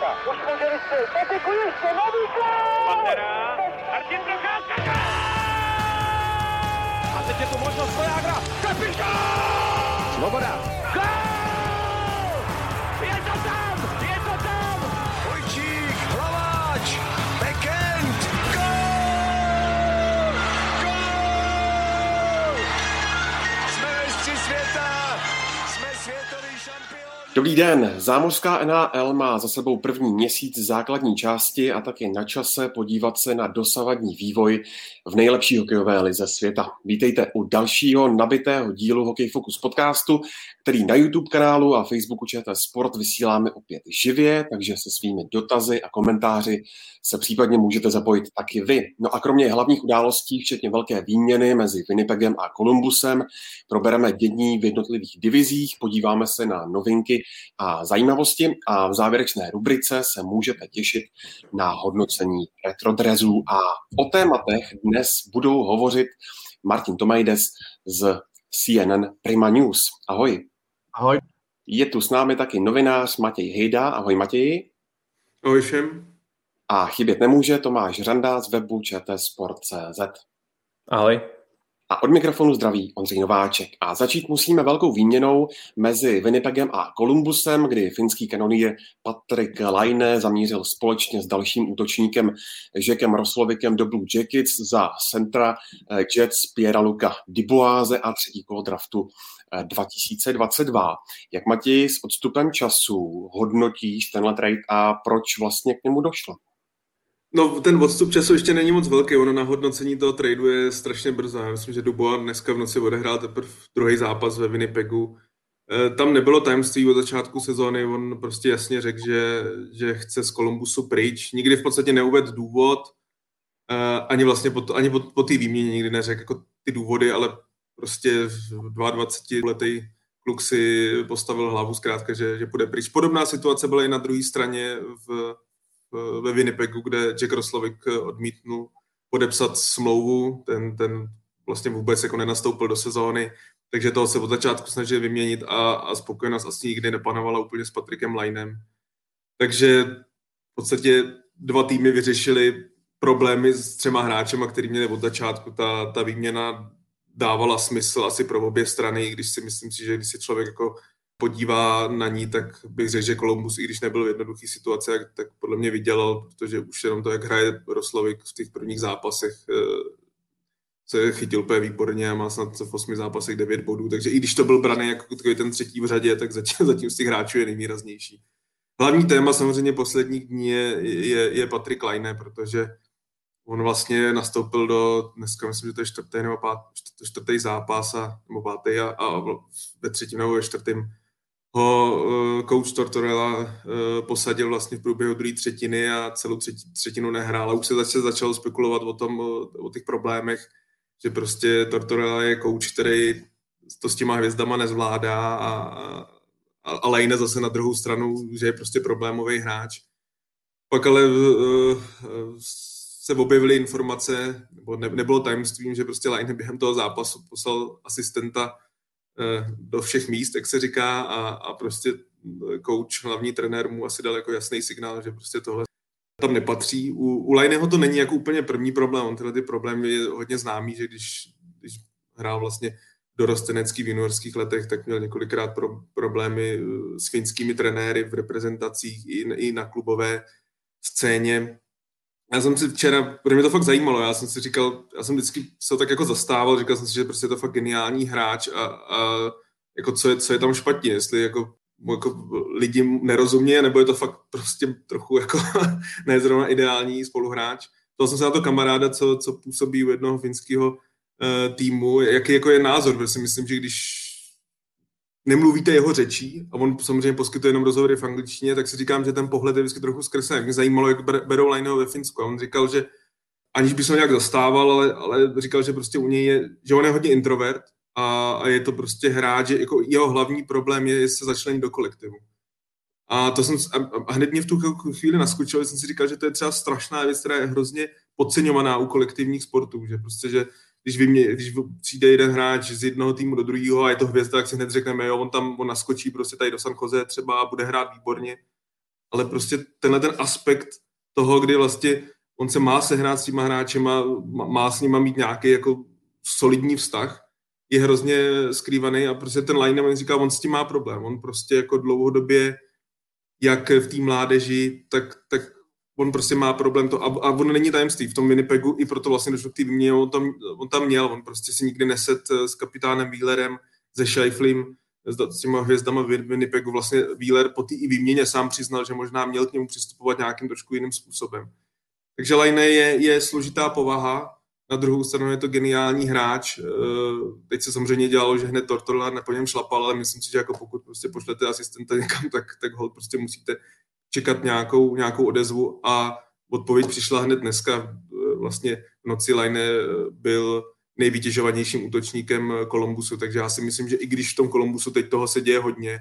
Už můželi si, Patiku ještě, nový gól! Pantera, Martin Procházka! A teď je tu možnost Vojágra, kapitán! Svoboda! Gól! Je to tam! Je to tam! Vojčík, Hlaváč, Bekend, gól! Gól! Jsme mistři světa! Jsme světoví šampioni! Dobrý den, zámořská NHL má za sebou první měsíc základní části a tak je na čase podívat se na dosavadní vývoj v nejlepší hokejové lize světa. Vítejte u dalšího nabitého dílu Hokej Focus podcastu, který na YouTube kanálu a Facebooku ČT Sport vysíláme opět živě, takže se svými dotazy a komentáři se případně můžete zapojit taky vy. No a kromě hlavních událostí, včetně velké výměny mezi Winnipegem a Columbusem, probereme dění v jednotlivých divizích, podíváme se na novinky a zajímavosti a v závěrečné rubrice se můžete těšit na hodnocení retrodrezů a o tématech dnes budou hovořit Martin Tomajdes z CNN Prima News. Ahoj. Ahoj. Je tu s námi taky novinář Matěj Hejda. Ahoj Matěji. Ahoj všem. A chybět nemůže Tomáš Řanda z webu čtsport.cz. Ahoj. A od mikrofonu zdraví Ondřej Nováček. A začít musíme velkou výměnou mezi Winnipegem a Columbusem, kdy finský kanonýr Patrik Laine zamířil společně s dalším útočníkem Jackem Roslovikem do Blue Jackets za centra Jets Pierre-Luca Duboise a třetí kolo draftu 2022. Jak Matěj s odstupem času hodnotíš tenhle trade a proč vlastně k němu došlo? No, ten odstup času ještě není moc velký, ono na hodnocení toho tradu je strašně brzo. Já myslím, že Dubois dneska v noci odehrál teprve druhý zápas ve Winnipegu. Tam nebylo tajemství od začátku sezóny, on prostě jasně řekl, že chce z Columbusu pryč. Nikdy v podstatě neuvedl důvod, ani vlastně po té výměně nikdy neřekl jako ty důvody, ale prostě 22letý kluk si postavil hlavu zkrátka, že půjde pryč. Podobná situace byla i na druhé straně ve Winnipegu, kde Jack Roslovic odmítnul podepsat smlouvu, ten vlastně vůbec jako nenastoupil do sezóny, takže toho se od začátku snažili vyměnit a spokojenost asi nikdy nepanovala úplně s Patrikem Lainem. Takže v podstatě dva týmy vyřešili problémy s 3 hráčema, který měli od začátku. Ta výměna dávala smysl asi pro obě strany, když si myslím si, že když se člověk jako podívá na ní, tak bych řekl, že Columbus, i když nebyl v jednoduché situaci, tak podle mě vydělal, protože už jenom to, jak hraje Roslovic v těch prvních zápasech, se chytil úplně výborně a má snad v 8 zápasech 9 bodů, takže i když to byl braný jako ten třetí v řadě, tak zatím z těch hráčů je nejvýraznější. Hlavní téma samozřejmě posledních dní je Patrik Laine, protože on vlastně nastoupil dneska myslím, že to je 4. nebo 4. zápas nebo 5. a ve 3. nebo ve 4. ho coach Tortorella posadil vlastně v průběhu druhé třetiny a celou třetinu nehrál. A už se začalo spekulovat o těch problémech, že prostě Tortorella je coach, který to s těma hvězdama nezvládá a Laine zase na druhou stranu, že je prostě problémový hráč. Pak ale se objevily informace, nebo nebylo tajemstvím, že prostě Laine během toho zápasu poslal asistenta do všech míst, jak se říká, a prostě coach, hlavní trenér mu asi dal jako jasný signál, že prostě tohle tam nepatří. U Laineho to není jako úplně první problém, on tyhle ty problémy je hodně známý, že když hrál vlastně dorostenecký v juniorských letech, tak měl několikrát problémy s finskými trenéry v reprezentacích i na klubové scéně. Já jsem si včera, protože mě to fakt zajímalo, já jsem vždycky se tak jako zastával, říkal jsem si, že prostě je to fakt geniální hráč a jako co je tam špatně, jestli jako lidi nerozumí, nebo je to fakt prostě trochu jako ne zrovna ideální spoluhráč. To jsem se na to kamaráda, co působí u jednoho finského týmu, jaký jako je názor, protože si myslím, že když nemluvíte jeho řečí a on samozřejmě poskytuje jenom rozhovory v angličtině, tak si říkám, že ten pohled je vždycky trochu zkreslený. Mě zajímalo, jak berou Laineho ve Finsku. A on říkal, že aniž by se ho nějak zastával, ale říkal, že prostě u něj je, že on je hodně introvert a je to prostě hráč, že jako jeho hlavní problém je se začlenit do kolektivu. A hned mě v tu chvíli naskočilo, že jsem si říkal, že to je třeba strašná věc, která je hrozně podceňovaná u kolektivních sportů, že prostě, že když přijde jeden hráč z jednoho týmu do druhého a je to hvězda, tak si hned řekneme, jo, on naskočí prostě tady do San Jose třeba a bude hrát výborně. ale prostě tenhle ten aspekt toho, kdy vlastně on se má sehrát s těma hráčema, má s nima mít nějaký jako solidní vztah, je hrozně skrývaný a prostě ten Laine říká, on s tím má problém. On prostě jako dlouhodobě, jak v té mládeži, tak on prostě má problém to a on není tajemství v tom Winnipegu, i proto vlastně došlo k té výměně, on tam měl, on prostě si nikdy neset s kapitánem Wheelerem, se Scheiflem, s těma hvězdama Winnipegu. Vlastně Wheeler po té i výměně sám přiznal, že možná měl k němu přistupovat nějakým trošku jiným způsobem. Takže Laine je složitá povaha, na druhou stranu je to geniální hráč. Teď se samozřejmě dělalo, že hned Tortorella po něm šlapal, ale myslím si, že jako pokud prostě pošlete asistenta někam, tak holt prostě musíte čekat nějakou odezvu a odpověď přišla hned dneska. Vlastně v noci Laine byl nejvytěžovanějším útočníkem Columbusu, takže já si myslím, že i když v tom Columbusu teď toho se děje hodně,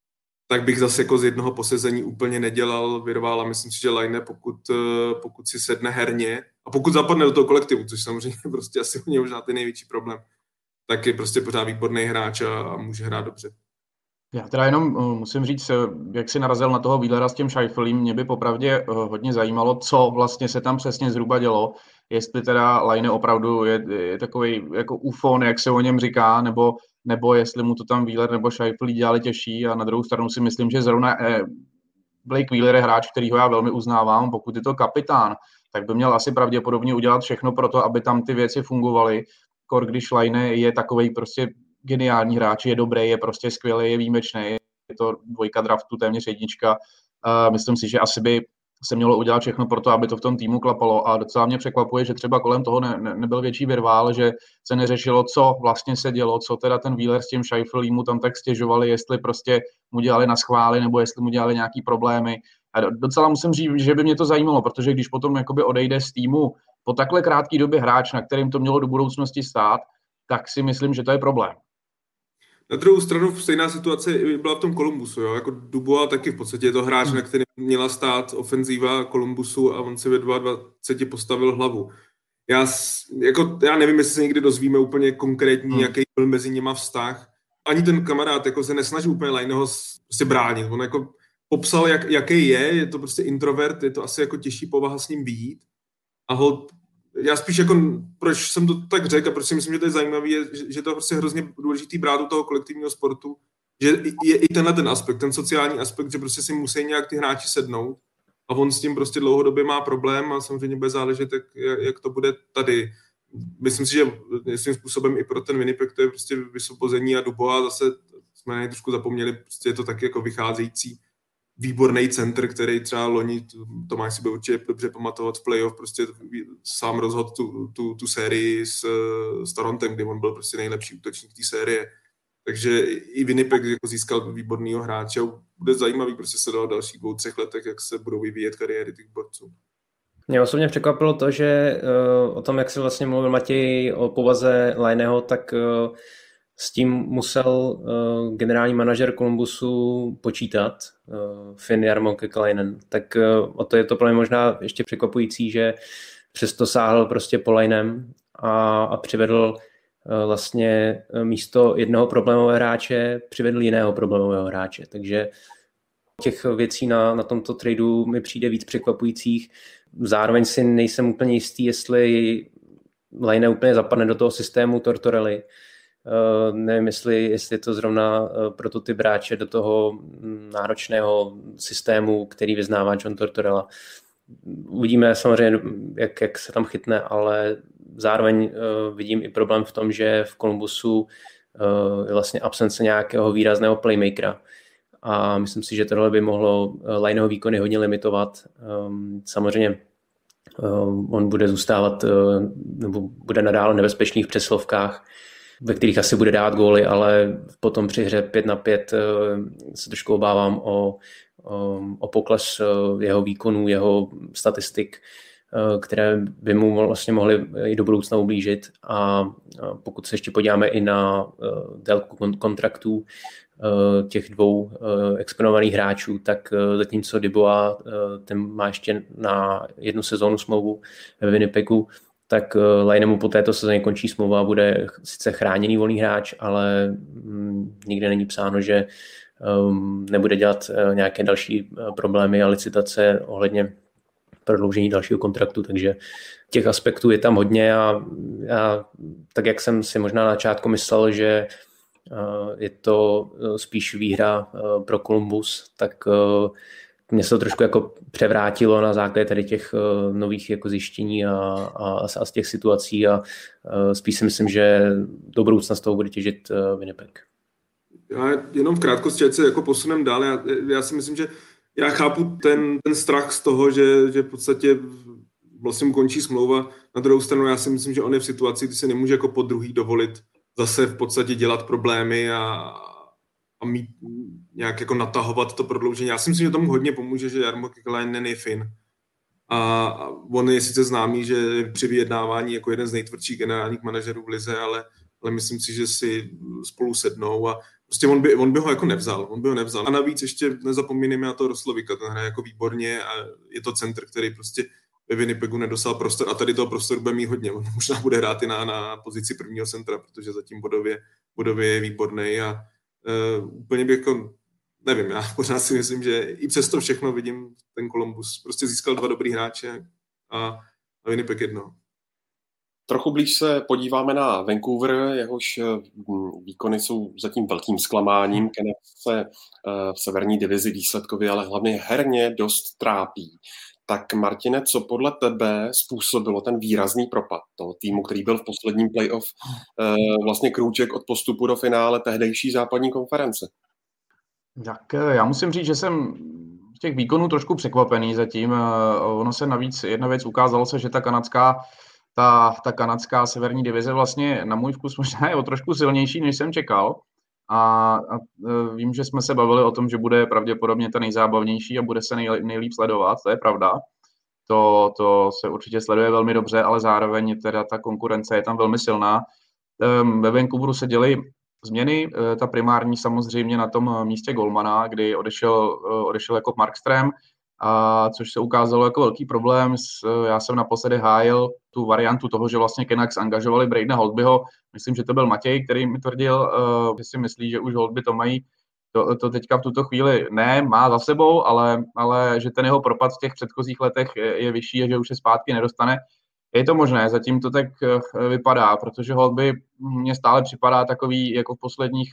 tak bych zase jako z jednoho posezení úplně nedělal virvál a myslím si, že Laine, pokud si sedne herně a pokud zapadne do toho kolektivu, což samozřejmě prostě asi u něj možná ten největší problém, tak je prostě pořád výborný hráč a může hrát dobře. Já teda jenom musím říct, jak si narazil na toho Wheelera s tím Scheifelem, mě by popravdě hodně zajímalo, co vlastně se tam přesně zhruba dělo, jestli teda Laine opravdu je takový jako ufon, jak se o něm říká, nebo jestli mu to tam Wheeler nebo Scheifel dělali těžší a na druhou stranu si myslím, že zrovna Blake Wheeler je hráč, kterýho já velmi uznávám, pokud je to kapitán, tak by měl asi pravděpodobně udělat všechno pro to, aby tam ty věci fungovaly, když Laine je takovej prostě geniální hráč, je dobrý, je prostě skvělý, je výjimečný, je to dvojka draftu, téměř jednička. Myslím si, že asi by se mělo udělat všechno pro to, aby to v tom týmu klapalo a docela mě překvapuje, že třeba kolem toho nebyl větší virvál, že se neřešilo, co vlastně se dělo, co teda ten Wheeler s tím Scheifelem mu tam tak stěžovali, jestli prostě mu dělali na schvály nebo jestli mu dělali nějaký problémy. A docela musím říct, že by mě to zajímalo, protože když potom jakoby odejde z týmu po takhle krátké době hráč, na kterým to mělo do budoucnosti stát, tak si myslím, že to je problém. Na druhou stranu stejná situace byla v tom Columbusu, jo? Jako Dubois taky v podstatě je to hráč, na který měla stát ofenzíva Columbusu a on si ve 22 postavil hlavu. Já nevím, jestli se někdy dozvíme úplně konkrétní, jaký byl mezi nima vztah. Ani ten kamarád jako se nesnaží úplně Laineho prostě bránit. On jako popsal, jaký je to prostě introvert, je to asi jako těžší povaha s ním vyjít. A já spíš jako, proč jsem to tak řekl a proč si myslím, že to je zajímavé, že to je prostě hrozně důležitý brát u toho kolektivního sportu, že je i tenhle ten aspekt, ten sociální aspekt, že prostě si musí nějak ty hráči sednout a on s tím prostě dlouhodobě má problém a samozřejmě bude záležet, jak to bude tady. Myslím si, že svým způsobem i pro ten Winnipeg to je prostě vysvobození a Dubois zase jsme na něj trošku zapomněli, prostě je to taky jako vycházející výborný center, který třeba loni, Tomáš si bude určitě dobře pamatovat v playoff, prostě sám rozhodl tu sérii s Torontem, kdy on byl prostě nejlepší útočník té série. Takže i Winnipeg jako získal výborného hráče. Bude zajímavý prostě se do dalších 2-3 letech, jak se budou vyvíjet kariéry těch borců. Mě osobně překvapilo to, že o tom, jak se vlastně mluvil Matěj o povaze Laineho, tak s tím musel generální manažer Columbusu počítat, Finn Jarmo Kekalainen. Tak o to je to pro mě možná ještě překvapující, že přesto sáhl prostě po Lainem a přivedl vlastně místo jednoho problémového hráče přivedl jiného problémového hráče. Takže těch věcí na tomto tradu mi přijde víc překvapujících. Zároveň si nejsem úplně jistý, jestli Laine úplně zapadne do toho systému Tortorelli. Nevím, jestli je to zrovna prototyp hráče do toho náročného systému, který vyznává John Tortorella. Uvidíme samozřejmě, jak se tam chytne, ale zároveň vidím i problém v tom, že v Columbusu je vlastně absence nějakého výrazného playmakera. A myslím si, že tohle by mohlo Laineho výkony hodně limitovat. Samozřejmě on bude zůstávat nebo bude nadále nebezpečný v přesilovkách, ve kterých asi bude dát góly, ale potom při hře 5-5 se trošku obávám o pokles jeho výkonů, jeho statistik, které by mu vlastně mohly i do budoucna ublížit. A pokud se ještě podíváme i na délku kontraktů těch dvou exponovaných hráčů, tak zatímco Dubois ten má ještě na 1 sezónu smlouvu ve Winnipegu, tak Lainemu po této sezóně končí smlouva a bude sice chráněný volný hráč, ale nikde není psáno, že nebude dělat nějaké další problémy a licitace ohledně prodloužení dalšího kontraktu, takže těch aspektů je tam hodně a tak, jak jsem si možná na začátku myslel, že je to spíš výhra pro Columbus, tak mě se to trošku jako převrátilo na základě tady těch nových jako zjištění a z těch situací a spíš si myslím, že do budoucna z toho bude těžit Winnipeg. Já jenom v krátkosti, ať se jako posunem dál, já si myslím, že já chápu ten strach z toho, že v podstatě vlastně mu končí smlouva. Na druhou stranu já si myslím, že on je v situaci, kdy se nemůže jako po druhý dovolit zase v podstatě dělat problémy a mít nějak jako natahovat to prodloužení. Já si myslím, že tomu hodně pomůže, že Jarmo Kekalainen je Fin. A on je sice známý, že při vyjednávání jako jeden z nejtvrdších generálních manažerů v lize, ale myslím si, že si spolu sednou a prostě on by ho jako nevzal. A navíc ještě nezapomínejme na to Roslovika, ten hraje jako výborně a je to centr, který prostě ve Winnipegu nedostal prostor a tady toho prostoru bude mít hodně. On možná bude hrát i na pozici prvního centra, protože zatím bodově je výborný a úplně bych jako, nevím, já pořád si myslím, že i přesto všechno vidím ten Columbus. Prostě získal 2 dobrý hráče a Winnipeg 1. Trochu blíž se podíváme na Vancouver, jehož výkony jsou zatím velkým zklamáním. Canucks se v severní divizi výsledkově, ale hlavně herně dost trápí. Tak Martine, co podle tebe způsobilo ten výrazný propad toho týmu, který byl v posledním playoff vlastně krůček od postupu do finále tehdejší západní konference? Tak já musím říct, že jsem z těch výkonů trošku překvapený zatím. Ono se navíc, jedna věc ukázalo se, že ta kanadská severní divize vlastně na můj vkus možná je o trošku silnější, než jsem čekal. A vím, že jsme se bavili o tom, že bude pravděpodobně ta nejzábavnější a bude se nejlíp sledovat, to je pravda. To se určitě sleduje velmi dobře, ale zároveň teda ta konkurence je tam velmi silná. Ve Vancouveru se děly změny, ta primární samozřejmě na tom místě golmana, kdy odešel jako Markström, což se ukázalo jako velký problém. Já jsem naposledy hájil tu variantu toho, že vlastně Canucks angažovali Bradena Holtbyho. Myslím, že to byl Matěj, který mi tvrdil, že si myslí, že už Holtby to mají to teďka v tuto chvíli má za sebou, ale že ten jeho propad v těch předchozích letech je vyšší a že už se zpátky nedostane. Je to možné, zatím to tak vypadá, protože Holtby mně stále připadá takový jako v posledních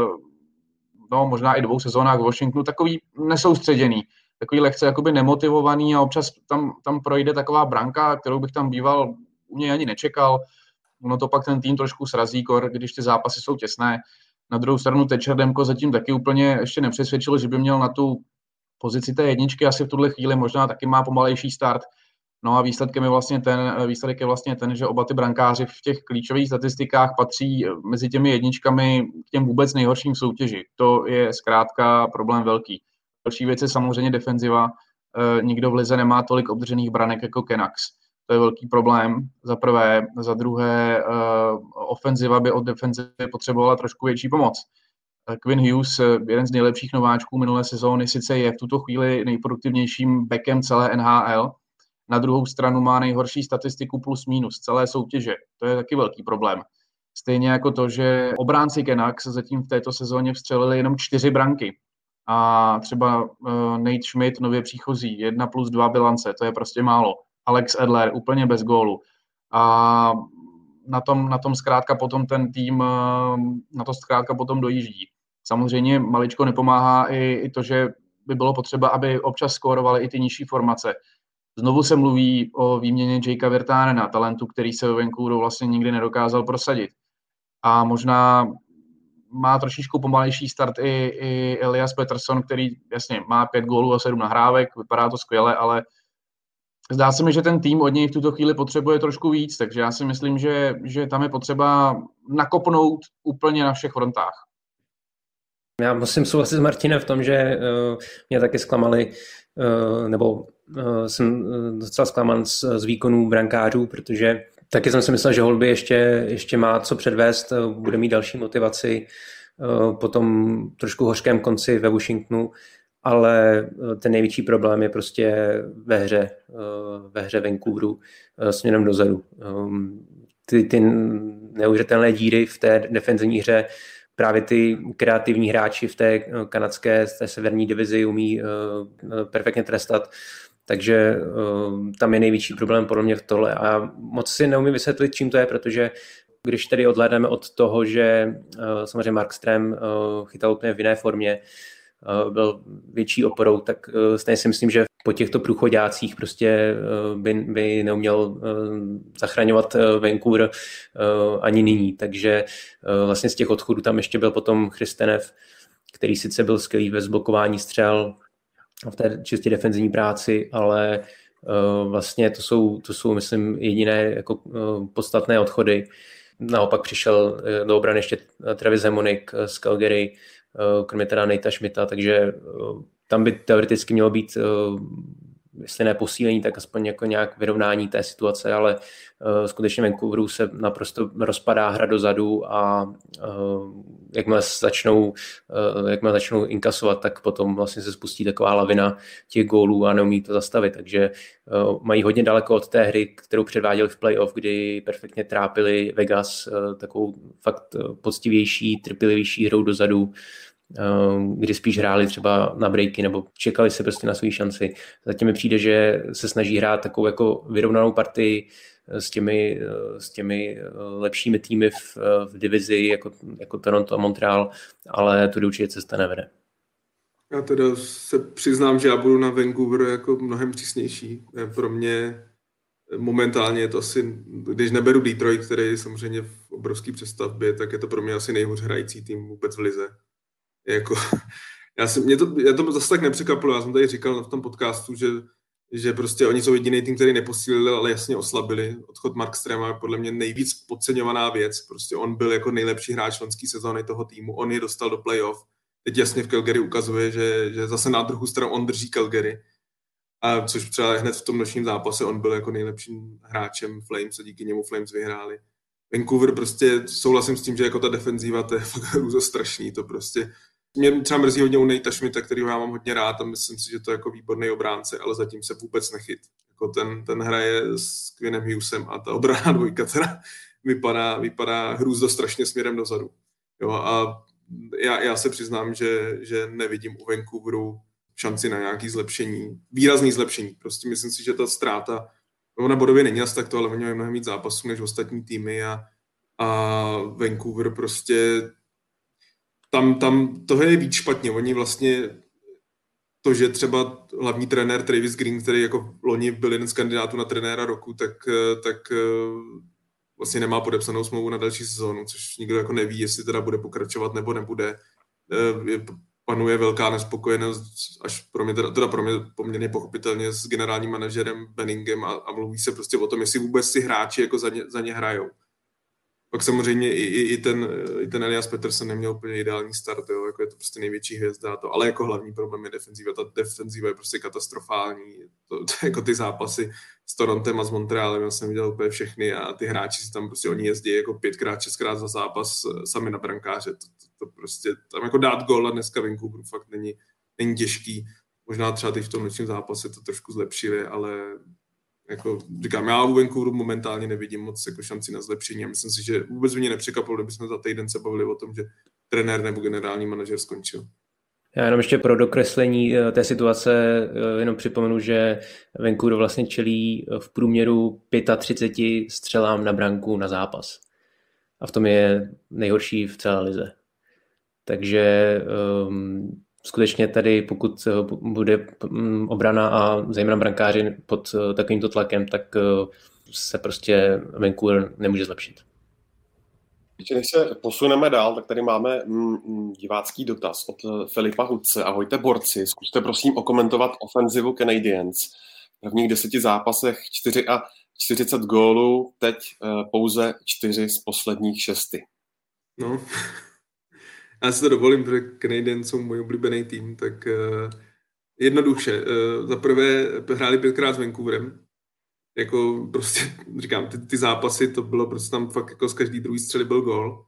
možná i 2 sezónách v Washingtonu, takový nesoustředěný, takový lehce jakoby nemotivovaný a občas tam projde taková branka, kterou bych tam býval u něj ani nečekal. Ono to pak ten tým trošku srazí, když ty zápasy jsou těsné. Na druhou stranu Thatcher Demko zatím taky úplně ještě nepřesvědčil, že by měl na tu pozici té jedničky, asi v tuhle chvíli možná taky má pomalejší start. No a výsledek je vlastně ten, že oba ty brankáři v těch klíčových statistikách patří mezi těmi jedničkami k těm vůbec nejhorším v soutěži. To je zkrátka problém velký. Další věc je samozřejmě defenziva. Nikdo v lize nemá tolik obdržených branek jako Canucks. To je velký problém, za prvé. Za druhé, ofenziva by od defenzivy potřebovala trošku větší pomoc. Quinn Hughes, jeden z nejlepších nováčků minulé sezóny, sice je v tuto chvíli nejproduktivnějším backem celé NHL. Na druhou stranu má nejhorší statistiku plus minus celé soutěže. To je taky velký problém. Stejně jako to, že obránci Canucks zatím v této sezóně vstřelili jenom 4 branky. A třeba Nate Schmidt, nově příchozí, 1+2 bilance, to je prostě málo. Alex Edler, úplně bez gólu. A na tom zkrátka potom ten tým, na to zkrátka potom dojíždí. Samozřejmě maličko nepomáhá i to, že by bylo potřeba, aby občas skórovali i ty nižší formace. Znovu se mluví o výměně Jakea Virtanena, talentu, který se ve Vancouveru vlastně nikdy nedokázal prosadit. A možná má trošičku pomalejší start i Elias Pettersson, který jasně má 5 gólů a 7 nahrávek, vypadá to skvěle, ale zdá se mi, že ten tým od něj v tuto chvíli potřebuje trošku víc, takže já si myslím, že tam je potřeba nakopnout úplně na všech frontách. Já musím souhlasit s Martinem v tom, že mě taky zklamali, nebo jsem docela zklaman z výkonů brankářů, protože taky jsem si myslel, že Holtby ještě má co předvést, bude mít další motivaci po tom trošku hořkém konci ve Washingtonu, ale ten největší problém je prostě ve hře Vancouveru směrem dozadu. Ty neuvěřitelné díry v té defenzivní hře právě ty kreativní hráči v té kanadské, z té severní divizi umí perfektně trestat. Takže tam je největší problém podle mě v tohle. A moc si neumím vysvětlit, čím to je, protože když tedy odhlédneme od toho, že samozřejmě Markström chytal úplně v jiné formě, byl větší oporou, tak stejně si myslím, že po těchto průchodácích prostě by neuměl zachraňovat Vancouver ani nyní. Takže vlastně z těch odchodů tam ještě byl potom Christenev, který sice byl skvělý ve zblokování střel v té čistě defenzivní práci, ale vlastně to jsou myslím, jediné jako podstatné odchody. Naopak přišel do obrany ještě Travis Hamonic z Calgary, kromě teda Natea Schmidta, takže tam by teoreticky mělo být, jestli ne posílení, tak aspoň jako nějak vyrovnání té situace, ale skutečně Vancouveru se naprosto rozpadá hra dozadu a jakmile začnou inkasovat, tak potom vlastně se spustí taková lavina těch gólů a neumí to zastavit, takže mají hodně daleko od té hry, kterou předváděli v playoff, kdy perfektně trápili Vegas takovou fakt poctivější, trpělivější hrou dozadu, kdy spíš hráli třeba na breaky nebo čekali se prostě na svou šanci. Zatím mi přijde, že se snaží hrát takovou jako vyrovnanou partii s těmi lepšími týmy v divizi jako Toronto a Montreal, ale tudy určitě cesta nevede. Já teda se přiznám, že já budu na Vancouver jako mnohem přísnější. Pro mě momentálně je to asi, když neberu Detroit, který je samozřejmě v obrovské přestavbě, tak je to pro mě asi nejhůř hrající tým vůbec v lize. Jako, já to zase tak nepřekvapilo, já jsem tady říkal v tom podcastu, že prostě oni jsou jediný tým, který neposílili, ale jasně oslabili. Odchod Markströma je podle mě nejvíc podceňovaná věc. Prostě on byl jako nejlepší hráč loňské sezóny toho týmu, on je dostal do playoff. Teď jasně v Calgary ukazuje, že zase na druhou stranu on drží Calgary. A což třeba hned v tom nočním zápase on byl jako nejlepším hráčem Flames a díky němu Flames vyhráli. Vancouver prostě souhlasím s tím, že jako ta defenzíva, to je fakt hrůzostrašný, to prostě. Mě třeba mrzí hodně u Natea Schmidta, kterýho já mám hodně rád a myslím si, že to je jako výborný obránce, ale zatím se vůbec nechyt. Jako ten hraje s Quinnem Hughesem a ta obranná dvojka teda vypadá hrůzostrašně směrem dozadu. Jo, a já se přiznám, že nevidím u Vancouveru šanci na nějaké zlepšení, výrazný zlepšení. Prostě myslím si, že ta ztráta, ona bodově není asi takto, ale oni mají mnohem víc zápasů než ostatní týmy a Vancouver prostě tam toho je víc špatně. Oni vlastně to, že třeba hlavní trenér Travis Green, který jako loni byl jeden z kandidátů na trenéra roku, tak vlastně nemá podepsanou smlouvu na další sezónu, což nikdo jako neví, jestli teda bude pokračovat nebo nebude. Panuje velká nespokojenost, až pro mě poměrně pochopitelně s generálním manažerem Benningem a mluví se prostě o tom, jestli vůbec si hráči jako za ně hrajou. Pak samozřejmě i ten Elias Pettersson neměl úplně ideální start, jo, jako je to prostě největší hvězda, ale jako hlavní problém je defenziva. Ta defenziva je prostě katastrofální. To jako ty zápasy s Torontem a s Montrealem, já jsem viděl úplně všechny a ty hráči si tam prostě oni jezdí jako 5x, 6x za zápas sami na brankáře. To prostě tam jako dát gól a dneska Vancouveru fakt není těžký. Možná třeba teď v tom nočním zápase to trošku zlepšili, ale jako říkám, já u Vancouveru momentálně nevidím moc jako šanci na zlepšení a myslím si, že vůbec mě nepřekvapilo, kdybychom za týden se bavili o tom, že trenér nebo generální manažer skončil. Já jenom ještě pro dokreslení té situace jenom připomenu, že Vancouver vlastně čelí v průměru 35 střelám na branku na zápas. A v tom je nejhorší v celé lize. Takže skutečně tady, pokud bude obrana a zejména brankáři pod takovýmto tlakem, tak se prostě Vancouver nemůže zlepšit. Než se posuneme dál, tak tady máme divácký dotaz od Filipa Hudce. Ahojte borci, zkuste prosím okomentovat ofenzivu Canadiens. V prvních 10 zápasech 40 gólů, teď pouze 4 z posledních 6. No, já si to dovolím, protože Canadiens jsou můj oblíbený tým, tak jednoduše. Za prvé hráli 5krát s Vancouverem. Jako prostě, říkám, ty zápasy, to bylo prostě tam fakt jako z každý druhý střely byl gól.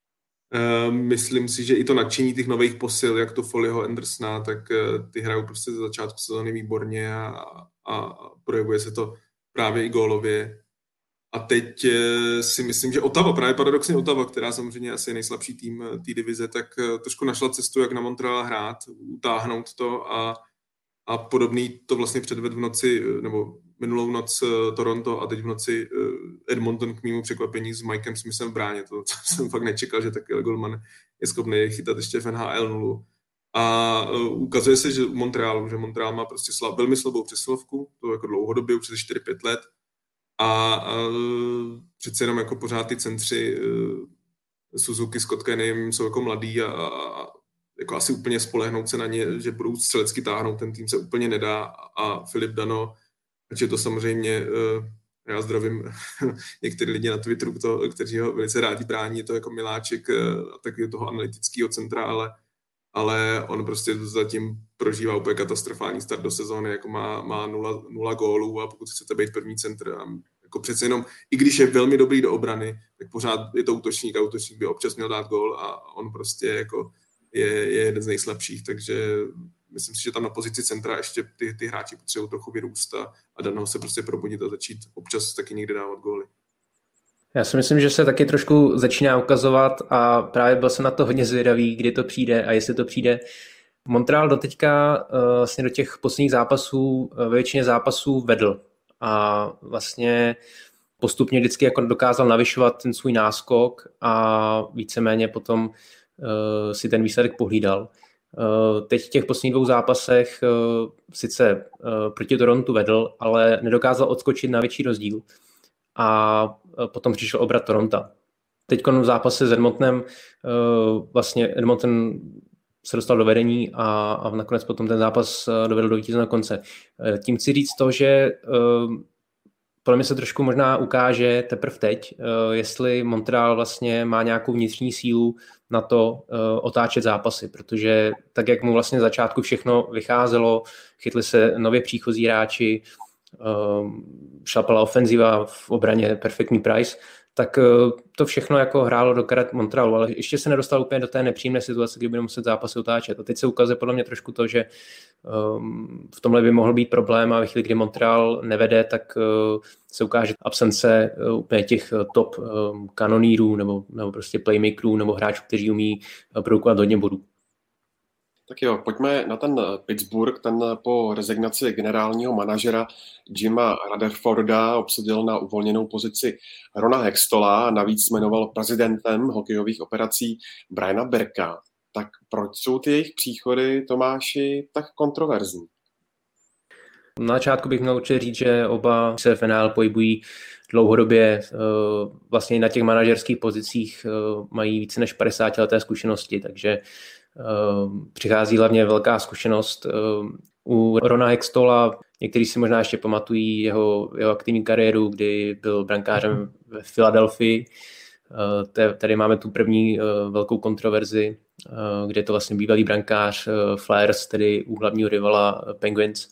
Myslím si, že i to nadšení těch nových posil, jak to Foleyho, Andersona, tak ty hrajou prostě ze začátku sezóny výborně a projevuje se to právě i gólově. A teď si myslím, že Ottawa, právě paradoxně Ottawa, která samozřejmě asi je nejslabší tým té divize, tak trošku našla cestu, jak na Montreal hrát, utáhnout to a podobný to vlastně předved v noci, nebo minulou noc Toronto a teď v noci Edmonton k mému překvapení s Mikem Smithem v bráně. To jsem fakt nečekal, že takový golman je schopný chytat ještě v NHL 0. A ukazuje se, že Montreal má prostě velmi slabou přesilovku, to jako dlouhodobě, už přes 4-5 let. A přece jenom jako pořád ty centři Suzuki, Scott Kenny jsou jako mladí a jako asi úplně spolehnout se na ně, že budou střelecky táhnout, ten tým se úplně nedá. A Filip Dano, ať je to samozřejmě, já zdravím některé lidi na Twitteru, kteří ho velice rádi brání, je to jako miláček takového toho analytického centra, ale on prostě zatím prožívá úplně katastrofální start do sezóny, jako má 0 gólů a pokud chcete být první centr, jako přece jenom, i když je velmi dobrý do obrany, tak pořád je to útočník a útočník by občas měl dát gól a on prostě jako je jeden z nejslabších, takže myslím si, že tam na pozici centra ještě ty hráči potřebují trochu vyrůst a danou se prostě probudit a začít občas taky někde dávat góly. Já si myslím, že se taky trošku začíná ukazovat a právě byl jsem na to hodně zvědavý, kdy to přijde a jestli to přijde. Montreal doteďka vlastně do těch posledních zápasů, ve většině zápasů vedl a vlastně postupně vždycky jako dokázal navyšovat ten svůj náskok a víceméně potom si ten výsledek pohlídal. Teď v těch posledních 2 zápasech sice proti Torontu vedl, ale nedokázal odskočit na větší rozdíl a potom přišel obrat Toronto. Teď v zápase s Edmontonem vlastně Edmonton se dostal do vedení a nakonec potom ten zápas dovedl do vítěze na konce. Tím chci říct to, že podle mě se trošku možná ukáže teprve teď, jestli Montreal vlastně má nějakou vnitřní sílu na to otáčet zápasy, protože tak, jak mu vlastně na začátku všechno vycházelo, chytli se nově příchozí hráči, šlapala ofenziva v obraně, perfektní Price, tak to všechno jako hrálo do karet Montrealu, ale ještě se nedostal úplně do té nepříjemné situace, kdy bude muset zápasy otáčet. A teď se ukazuje podle mě trošku to, že v tomhle by mohl být problém a ve chvíli, kdy Montreal nevede, tak se ukáže absence úplně těch top kanonírů nebo prostě playmakerů nebo hráčů, kteří umí produkovat hodně bodů. Tak jo, pojďme na ten Pittsburgh, ten po rezignaci generálního manažera Jima Rutherforda obsadil na uvolněnou pozici Rona Hextalla a navíc jmenoval prezidentem hokejových operací Briana Burka. Tak proč jsou ty jejich příchody, Tomáši, tak kontroverzní? Na začátku bych měl určitě říct, že oba se v NHL pohybují dlouhodobě, vlastně na těch manažerských pozicích mají více než 50 leté zkušenosti, takže přichází hlavně velká zkušenost. U Rona Hextalla někteří si možná ještě pamatují jeho aktivní kariéru, kdy byl brankářem ve Philadelphii. Tady máme tu první velkou kontroverzi, kde je to vlastně bývalý brankář Flyers, tedy u hlavního rivala Penguins.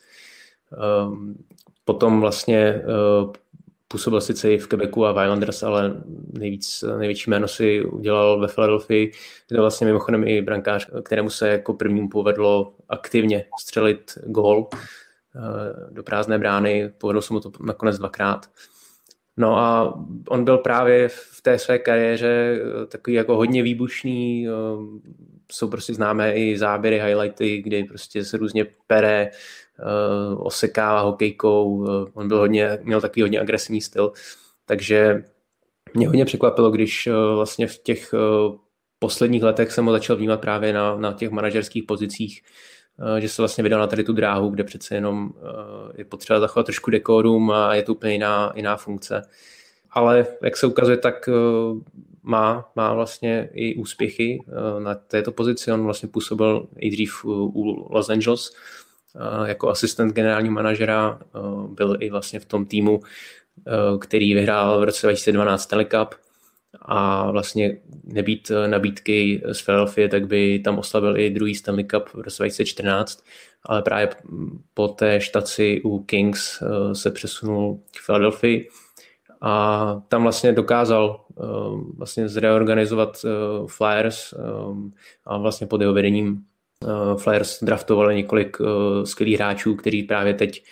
Potom vlastně působil sice i v Quebecu a v Islanders, ale největší jméno si udělal ve Philadelphii. Je to vlastně mimochodem i brankář, kterému se jako prvnímu povedlo aktivně střelit gól do prázdné brány. Povedlo se mu to nakonec 2krát. No a on byl právě v té své kariéře takový jako hodně výbušný. Jsou prostě známé i záběry, highlighty, kdy prostě se různě pere, osekává hokejkou. On měl takový hodně agresivní styl. Takže mě hodně překvapilo, když vlastně v těch posledních letech jsem ho začal vnímat právě na těch manažerských pozicích, že se vlastně vydal na tady tu dráhu, kde přece jenom je potřeba zachovat trošku dekorum a je to úplně jiná funkce. Ale jak se ukazuje, tak má vlastně i úspěchy na této pozici. On vlastně působil i dřív u Los Angeles jako asistent generálního manažera, byl i vlastně v tom týmu, který vyhrál v roce 2012 Stanley Cup a vlastně nebýt nabídky z Philadelphia, tak by tam oslavil i druhý Stanley Cup v roce 2014, ale právě po té štaci u Kings se přesunul k Philadelphia a tam vlastně dokázal vlastně zreorganizovat Flyers a vlastně pod jeho vedením Flyers draftovali několik skvělých hráčů, kteří právě teď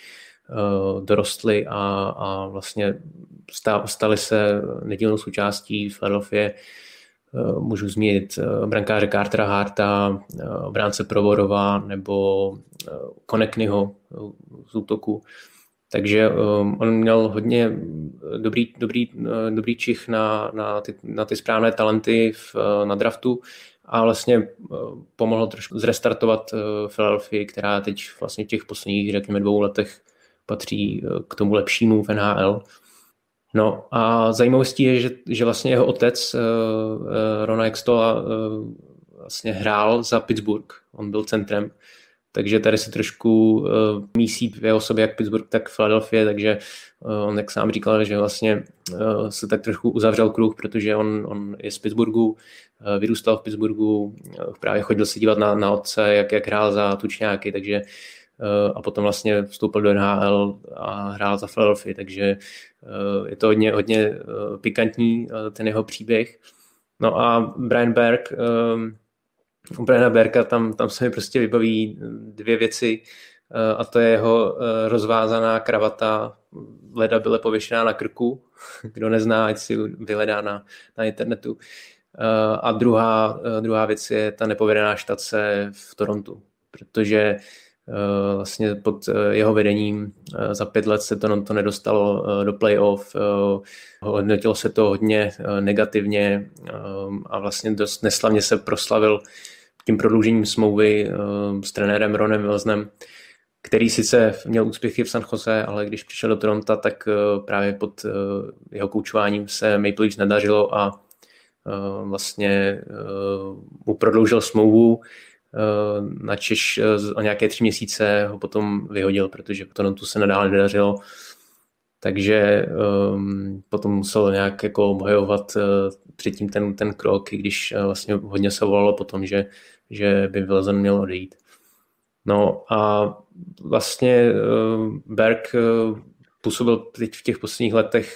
dorostli a vlastně stali se nedílnou součástí Philadelphia. Můžu zmínit brankáře Cartera Harta, obránce Provorova nebo Konechnyho z útoku. Takže on měl hodně dobrý čich na ty správné talenty na draftu a vlastně pomohl trošku zrestartovat Philadelphii, která teď vlastně v těch posledních, řekněme, 2 letech patří k tomu lepšímu v NHL. No a zajímavostí je, že vlastně jeho otec Ron Hextall vlastně hrál za Pittsburgh, on byl centrem, takže tady se trošku mísí v jeho sobě jak Pittsburgh, tak Philadelphia, takže on, jak sám říkal, že vlastně se tak trošku uzavřel kruh, protože on je z Pittsburghu, vyrůstal v Pittsburghu, právě chodil se dívat na otce, jak hrál za tučňáky, takže a potom vlastně vstoupil do NHL a hrál za Philadelphia, takže je to hodně pikantní ten jeho příběh. No a Briana Berka, tam se mi prostě vybaví 2 věci a to je jeho rozvázaná kravata, leda byla pověšená na krku, kdo nezná, ať si vyhledá na internetu. A druhá věc je ta nepovedená štace v Torontu, protože vlastně pod jeho vedením za 5 let se to nedostalo do playoff, hodnotilo se to hodně negativně a vlastně dost neslavně se proslavil tím prodloužením smlouvy s trenérem Ronem Wilsonem, který sice měl úspěchy v San Jose, ale když přišel do Toronto, tak právě pod jeho koučováním se Maple Leafs nedařilo a vlastně mu prodloužil smlouvu, načež o nějaké 3 měsíce ho potom vyhodil, protože v Torontu se nadále nedařilo. Takže potom musel nějak jako obhajovat předtím ten krok, i když vlastně hodně se volalo potom, že by Wilson měl odejít. No a vlastně Berg působil teď v těch posledních letech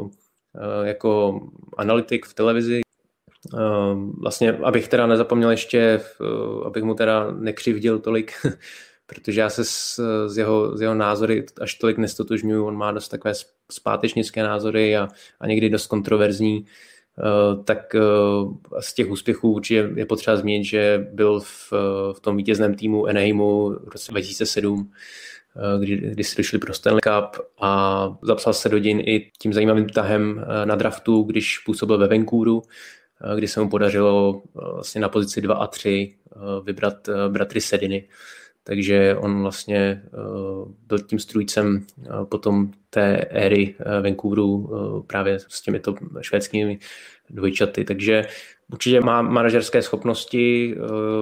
jako analytik v televizi. Vlastně, abych teda nezapomněl ještě, abych mu teda nekřivdil tolik, protože já se z jeho názory až tolik nestotožňuju, on má dost takové zpátečnické názory a někdy dost kontroverzní, tak z těch úspěchů určitě je potřeba zmínit, že byl v tom vítězném týmu Anaheimu v roce 2007, kdy si došli pro Stanley Cup a zapsal se do dějin i tím zajímavým tahem na draftu, když působil ve Vancouveru, kdy se mu podařilo vlastně na pozici 2 a 3 vybrat bratry Sediny. Takže on vlastně byl tím strůjcem potom té éry Vancouveru právě s těmito švédskými dvojčaty. Takže určitě má manažerské schopnosti,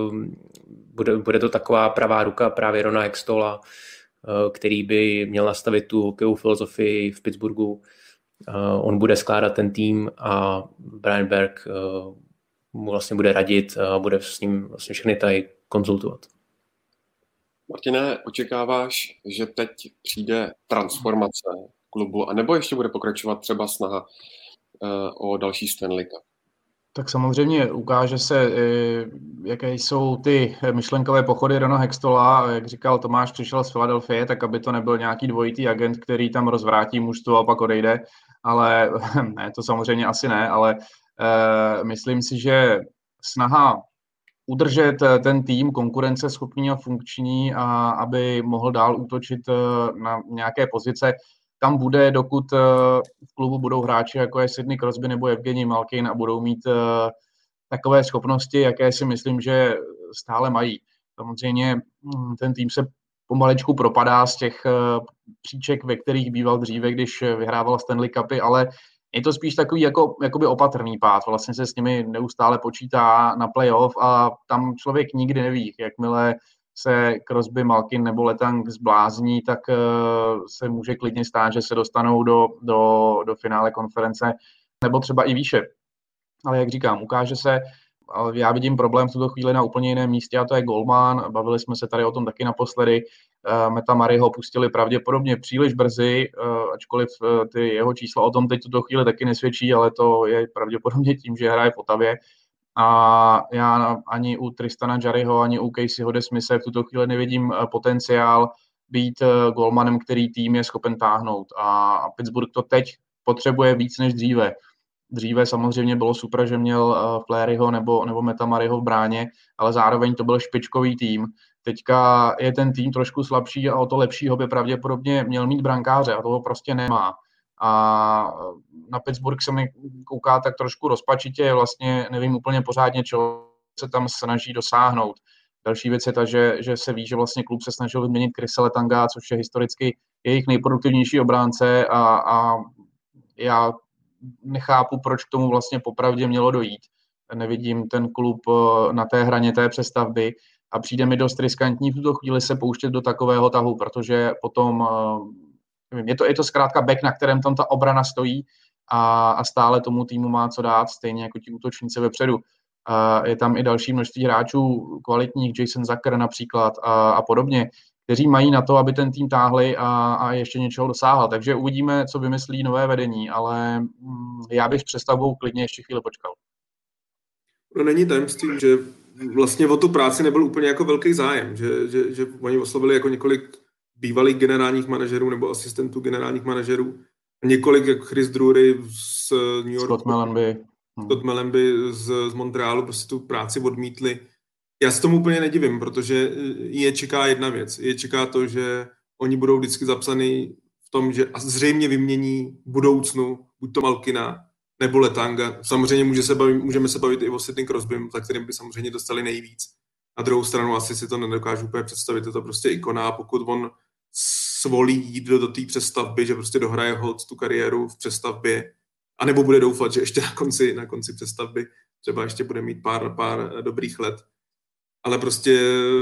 bude to taková pravá ruka právě Rona Hextalla, který by měl nastavit tu hokejovou filozofii v Pittsburghu. On bude skládat ten tým a Brian Berg mu vlastně bude radit a bude s ním vlastně všechny tady konzultovat. Martine, očekáváš, že teď přijde transformace klubu, anebo ještě bude pokračovat třeba snaha o další Stanley Cup? Tak samozřejmě ukáže se, jaké jsou ty myšlenkové pochody Rona Hextalla. Jak říkal Tomáš, přišel z Philadelphie, tak aby to nebyl nějaký dvojitý agent, který tam rozvrátí mužstvo a pak odejde. Ale ne, to samozřejmě asi ne, ale myslím si, že snaha udržet ten tým konkurenceschopný a funkční a aby mohl dál útočit na nějaké pozice, tam bude, dokud v klubu budou hráči, jako je Sidney Crosby nebo Evgeni Malkin a budou mít takové schopnosti, jaké si myslím, že stále mají. Samozřejmě ten tým se pomalečku propadá z těch příček, ve kterých býval dříve, když vyhrával Stanley Cupy, ale je to spíš takový jakoby opatrný pád. Vlastně se s nimi neustále počítá na playoff a tam člověk nikdy neví, jakmile se Crosby, Malkin nebo Letang zblázní, tak se může klidně stát, že se dostanou do finále konference nebo třeba i výše. Ale jak říkám, ukáže se, ale já vidím problém v tuto chvíli na úplně jiném místě a to je golman. Bavili jsme se tady o tom taky naposledy. Meta Murrayho pustili pravděpodobně příliš brzy, ačkoliv ty jeho čísla o tom teď tuto chvíli taky nesvědčí, ale to je pravděpodobně tím, že hraje v Ottawě. A já ani u Tristana Jarryho, ani u Caseyho DeSmithe v tuto chvíli nevidím potenciál být golmanem, který tým je schopen táhnout. A Pittsburgh to teď potřebuje víc než dříve. Dříve samozřejmě bylo super, že měl Fleuryho nebo Meta Mariho v bráně, ale zároveň to byl špičkový tým. Teďka je ten tým trošku slabší a o to lepšího by pravděpodobně měl mít brankáře a toho prostě nemá. A na Pittsburgh se mi kouká tak trošku rozpačitě, vlastně nevím úplně pořádně, čeho se tam snaží dosáhnout. Další věc je ta, že se ví, že vlastně klub se snažil vyměnit Chrisa Letanga, což je historicky jejich nejproduktivnější obránce a já nechápu, proč k tomu vlastně popravdě mělo dojít. Nevidím ten klub na té hraně té přestavby a přijde mi dost riskantní v tuto chvíli se pouštět do takového tahu, protože potom nevím, je to zkrátka back, na kterém tam ta obrana stojí a stále tomu týmu má co dát, stejně jako ti útočníci vepředu. Je tam i další množství hráčů kvalitních, Jason Zucker například a podobně, kteří mají na to, aby ten tým táhli a ještě něčeho dosáhl. Takže uvidíme, co vymyslí nové vedení, ale já bych s přestavbou klidně ještě chvíli počkal. No není tajemství, že vlastně o tu práci nebyl úplně jako velký zájem, že oni oslovili jako několik bývalých generálních manažerů nebo asistentů generálních manažerů, několik jako Chris Drury z New Yorku, Scott Mellenby z Montrealu prostě tu práci odmítli. Já se tomu úplně nedivím, protože je čeká jedna věc. Je čeká to, že oni budou vždycky zapsaný v tom, že zřejmě vymění v budoucnu buď to Malkina nebo Letanga. Samozřejmě můžeme se bavit i o Sidney Crosbym, za kterým by samozřejmě dostali nejvíc. Na druhou stranu asi si to nedokážu úplně představit, je to prostě ikona, a pokud on svolí jít do té přestavby, že prostě dohraje holt tu kariéru v přestavbě, anebo bude doufat, že ještě na konci přestavby třeba ještě bude mít pár dobrých let. Ale prostě